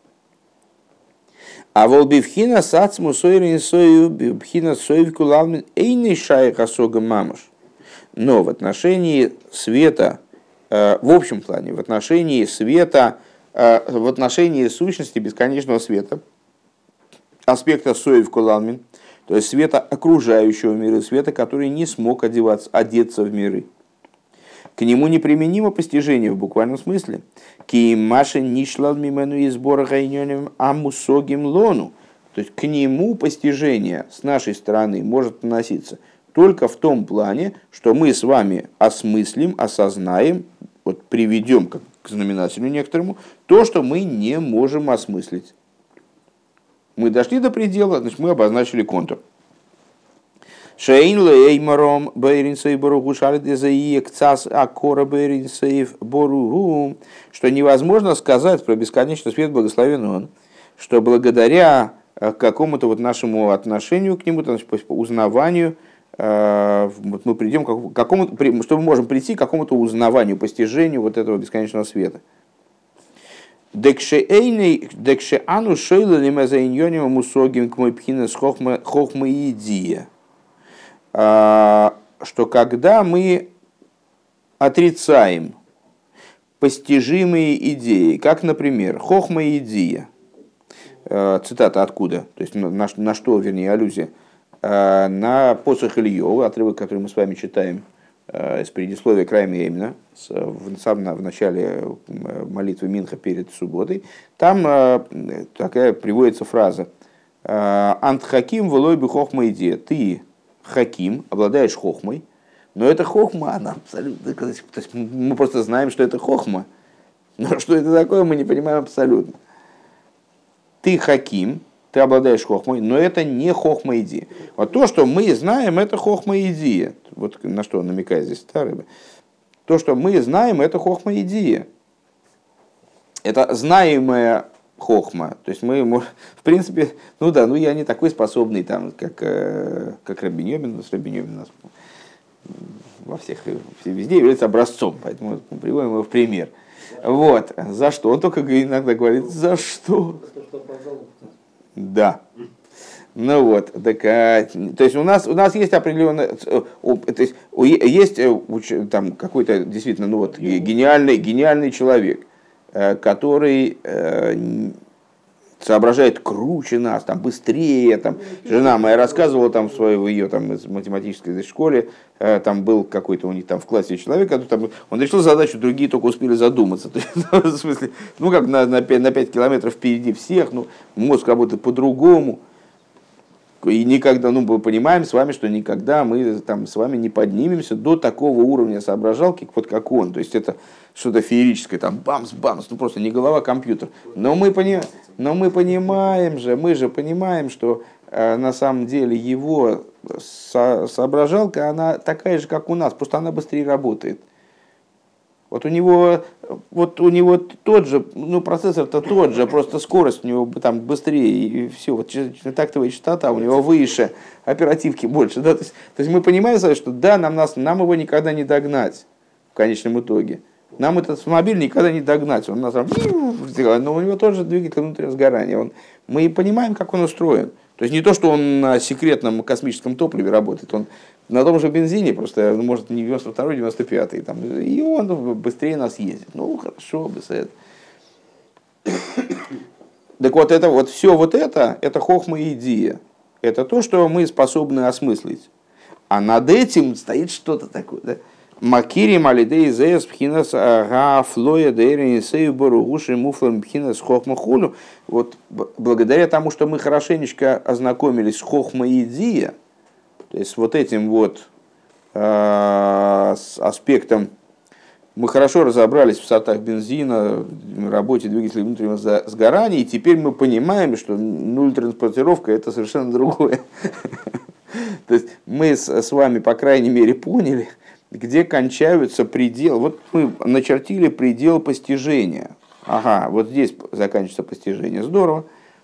А волбивхина сацму сойрин сою бивхина соевку лалмин эйный шайх асога мамаш. Но в отношении света, э, в общем плане, в отношении света, в отношении сущности бесконечного света, аспекта соев кулалмин, то есть света окружающего мира, света, который не смог одеваться, одеться в миры. К нему неприменимо постижение в буквальном смысле. Киимаши нишлал мимену из сбора гайнёнем амусогим лону. То есть к нему постижение с нашей стороны может наноситься только в том плане, что мы с вами осмыслим, осознаем, вот приведем как к знаменателю некоторому, то, что мы не можем осмыслить. Мы дошли до предела, значит, мы обозначили контур. Шейн леймаром бейринсей боругу шалидезаиек цас акора бейринсеев боругу, что невозможно сказать про бесконечный свет, благословен он, что благодаря какому-то вот нашему отношению к нему, значит, узнаванию, мы придем к какому-то, что мы можем прийти к какому-то узнаванию, постижению вот этого бесконечного света. Декше ану шейла лимазаиньоним мусогим к мой пхинес хохмаидия. Что когда мы отрицаем постижимые идеи, как, например, хохма и идия. Цитата откуда? То есть на, на что, вернее, аллюзия? На посох Ильёва, отрывок, который мы с вами читаем из предисловия Краем Йемина, в, самом, в начале молитвы Минха перед субботой. Там такая приводится фраза: «Ант хаким волой бы хохма идея». Ты хаким, обладаешь хохмой, но эта хохма, она абсолютно... То есть мы просто знаем, что это хохма, но что это такое, мы не понимаем абсолютно. Ты хаким, ты обладаешь хохмой, но это не хохма идея. Вот то, что мы знаем, это хохма идея. Вот на что намекает здесь старый. То, что мы знаем, это хохма идея. Это знаемая хохма. То есть мы, в принципе, ну да, ну я не такой способный, там, как, как Рабби Йомин, с Рабби Йомин у нас во всех, везде является образцом, поэтому мы приводим его в пример. Вот, за что? Он только иногда говорит, за что? Да. Ну вот, так, а, то есть у нас, у нас есть определенное, то есть есть там какой-то действительно, ну вот, гениальный, гениальный человек, который соображает круче нас, там, быстрее. Там. Жена моя рассказывала там, в своей, в ее там, из математической школе, там был какой-то у них там в классе человек, который, там, он решил задачу, другие только успели задуматься. То есть, в смысле, ну как на, на, пять, на пять километров впереди всех, ну, мозг работает по-другому. И никогда, ну, мы понимаем с вами, что никогда мы там, с вами не поднимемся до такого уровня соображалки, вот как он. То есть это что-то феерическое, там бамс-бамс, ну просто не голова, а компьютер. Но мы, пони... Но мы понимаем же, мы же понимаем, что э, на самом деле его со... соображалка, она такая же, как у нас, просто она быстрее работает. Вот у него, вот у него тот же, ну процессор-то тот же, просто скорость у него там быстрее и все, вот тактовая частота у него выше, оперативки больше, да, то есть, то есть мы понимаем, что да, нам, нас, нам его никогда не догнать в конечном итоге, нам этот автомобиль никогда не догнать, он нас там, но у него тоже двигатель внутреннего сгорания, он, мы понимаем, как он устроен, то есть не то, что он на секретном космическом топливе работает, он на том же бензине, просто может не девяносто второй, девяносто пятый, там, и он быстрее нас ездит. Ну, хорошо, без этого. Так вот, это, вот все вот это, это хохма и идея. Это то, что мы способны осмыслить. А над этим стоит что-то такое. Да? Макири малидей зеес пхинас гафлоя дейренисею боругуши муфлам пхинас хохма хулю. Вот благодаря тому, что мы хорошенечко ознакомились с хохма и идея, то есть вот этим вот э, аспектом мы хорошо разобрались в сортах бензина, работе двигателя внутреннего сгорания, и теперь мы понимаем, что нуль транспортировка это совершенно другое. То есть мы с вами, по крайней мере, поняли, где кончаются пределы. Вот мы начертили предел постижения. Ага, вот здесь заканчивается постижение. Здорово.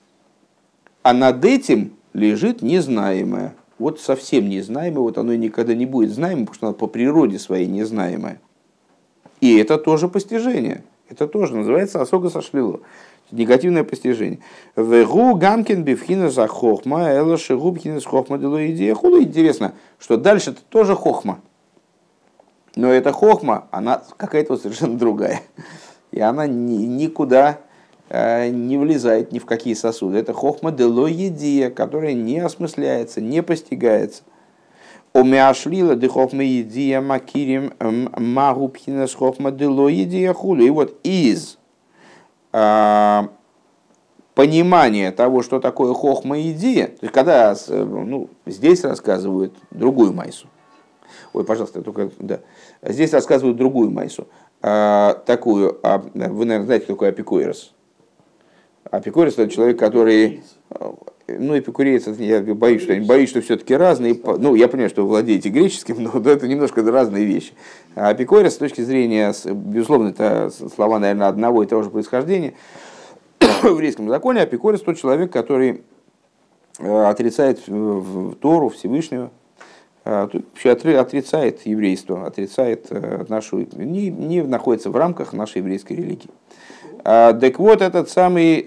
А над этим лежит незнаемое. Вот совсем незнаемое, вот оно и никогда не будет знаемым, потому что оно по природе своей незнаемое. И это тоже постижение. Это тоже называется осога сошлило. Негативное постижение. Вегу гамкин бифхина за хохма, эла шигу бхина с хохма дело идея хула. Интересно, что дальше это тоже хохма. Но эта хохма, она какая-то совершенно другая. И она ни, никуда не влезает ни в какие сосуды. Это хохма дело идея, которая не осмысляется, не постигается. Омеашлила де хохма идея макирим магубхина с хохма дело идея хула. И вот из а, понимания того, что такое хохма идея, то есть когда ну, здесь рассказывают другую майсу. Ой, пожалуйста, только да. Здесь рассказывают другую майсу. А, такую, а, вы, наверное, знаете, кто такой Апикуэрос. Апикуэрос — это человек, который, ну, эпикуреец, я боюсь, что, боюсь, что все-таки разные, ну, я понимаю, что вы владеете греческим, но это немножко разные вещи. А Апикуэрос, с точки зрения, безусловно, это слова, наверное, одного и того же происхождения, в еврейском законе Апикуэрос — тот человек, который отрицает Тору Всевышнего, вообще отрицает еврейство, отрицает нашу, не, не находится в рамках нашей еврейской религии. Так вот, этот самый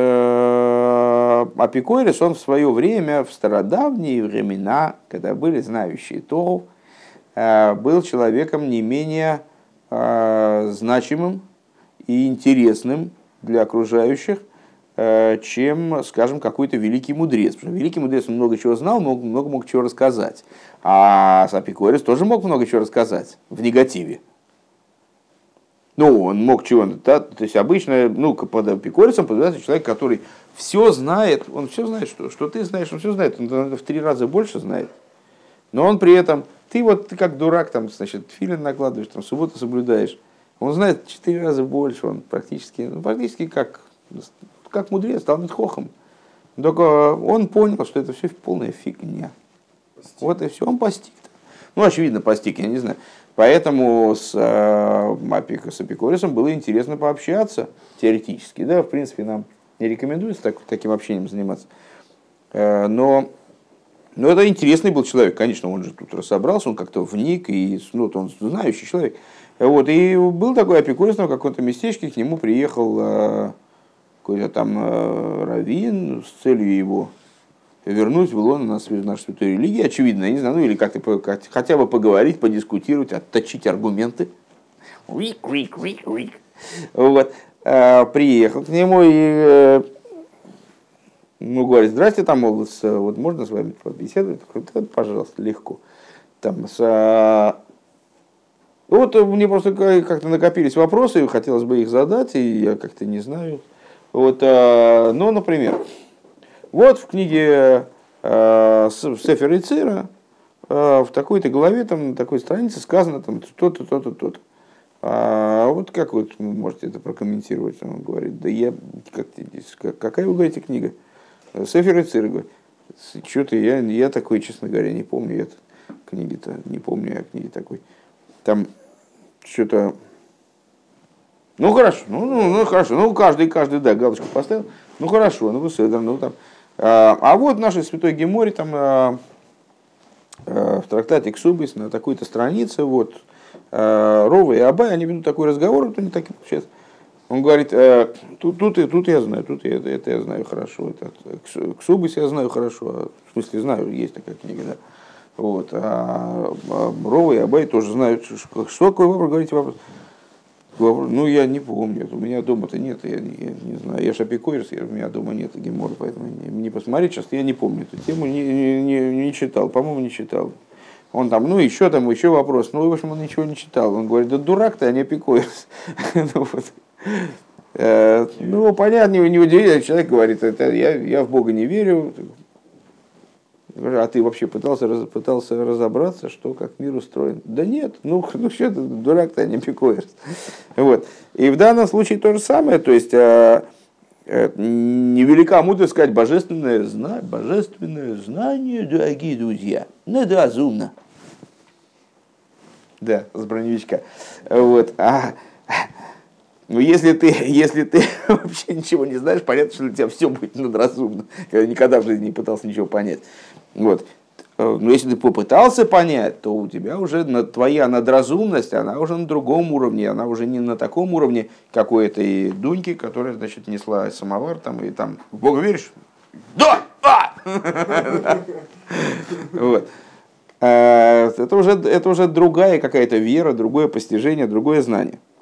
Апикуэрос, он в свое время, в стародавние времена, когда были знающие Тору, был человеком не менее значимым, и интересным для окружающих, чем, скажем, какой-то великий мудрец. Потому что великий мудрец много чего знал, много, много мог чего рассказать. А Апикорис тоже мог много чего рассказать в негативе. Ну, он мог чего-то, да? То есть обычно, ну, под Апикорисом подразумевается человек, который все знает, он все знает, что, что ты знаешь, он все знает, он в три раза больше знает. Но он при этом, ты вот ты как дурак, там, значит, филин накладываешь, там, субботу соблюдаешь. Он знает в четыре раза больше, он практически, ну, практически как, как мудрец, Талмид Хохам. Только он понял, что это все полная фигня. Постиг. Вот и все, он постиг. Ну, очевидно, постиг, я не знаю. Поэтому с, э, с Апикорисом было интересно пообщаться, теоретически. Да, в принципе, нам не рекомендуется так, таким общением заниматься. Э, но, но это интересный был человек, конечно, он же тут разобрался, он как-то вник, и ну, он знающий человек. Вот, и был такой Апикорис, в каком-то местечке, к нему приехал э, какой-то там э, раввин с целью его вернуть в лоно нашу святую религию, очевидно, я не знаю, ну или как-то хотя бы поговорить, подискутировать, отточить аргументы. Вот. Приехал к нему и ну, говорит: здрасте, там, мол, с, вот можно с вами побеседовать? Да, пожалуйста, легко. Там, с, вот мне просто как-то накопились вопросы, хотелось бы их задать, и я как-то не знаю. Вот, ну, например, вот в книге э, Сефер Ицира э, в такой-то главе, там, на такой странице сказано там то-то, то-то, то-то. А вот как вот вы можете это прокомментировать? Он говорит: да я, как, какая вы говорите книга? Сефер Ицира, говорит. Что-то я, я такой, честно говоря, не помню. Я книги-то не помню, я книги такой. Там что-то... Ну хорошо, ну, ну, ну хорошо, ну каждый, каждый, да, галочку поставил. Ну хорошо, ну вы ну там... А вот в нашей святой Геморе, там, в трактате Ксубис, на такой-то странице, вот, Рова и Абай, они ведут такой разговор, вот они так и получается. Он говорит: тут, тут, и, тут я знаю, тут я, это, это я знаю хорошо, это, Ксубис я знаю хорошо, в смысле знаю, есть такая книга, да. Вот, а Рова и Абай тоже знают, что, что такое вопрос, говорите вопрос. Ну, я не помню, у меня дома-то нет, я, я не знаю, я ж Апикорис, у меня дома нет Гемора, поэтому не, не посмотреть сейчас, я не помню эту тему, не, не, не, не читал, по-моему, не читал. Он там, ну, еще там, еще вопрос, ну, в общем, он ничего не читал. Он говорит: да дурак ты, а не Апикорис. Ну, понятно, не удивительно, человек говорит: я в Бога не верю. А ты вообще пытался, пытался разобраться, что как мир устроен? Да нет, ну, ну что ты, дурак-то, а не Апикорис. Вот. И в данном случае то же самое, то есть э, э, невелика мудрость сказать божественное знание, божественное знание, дорогие друзья, недоразумно. Да, с броневичка. Вот. А, ну, если ты, если ты вообще ничего не знаешь, понятно, что для тебя все будет надразумно. Я никогда в жизни не пытался ничего понять. Вот. Но если ты попытался понять, то у тебя уже твоя надразумность, она уже на другом уровне, она уже не на таком уровне какой-то Дуньки, которая, значит, несла самовар там и там: в Бога веришь? Да! Вот. Это уже, это уже другая какая-то вера, другое постижение, другое знание.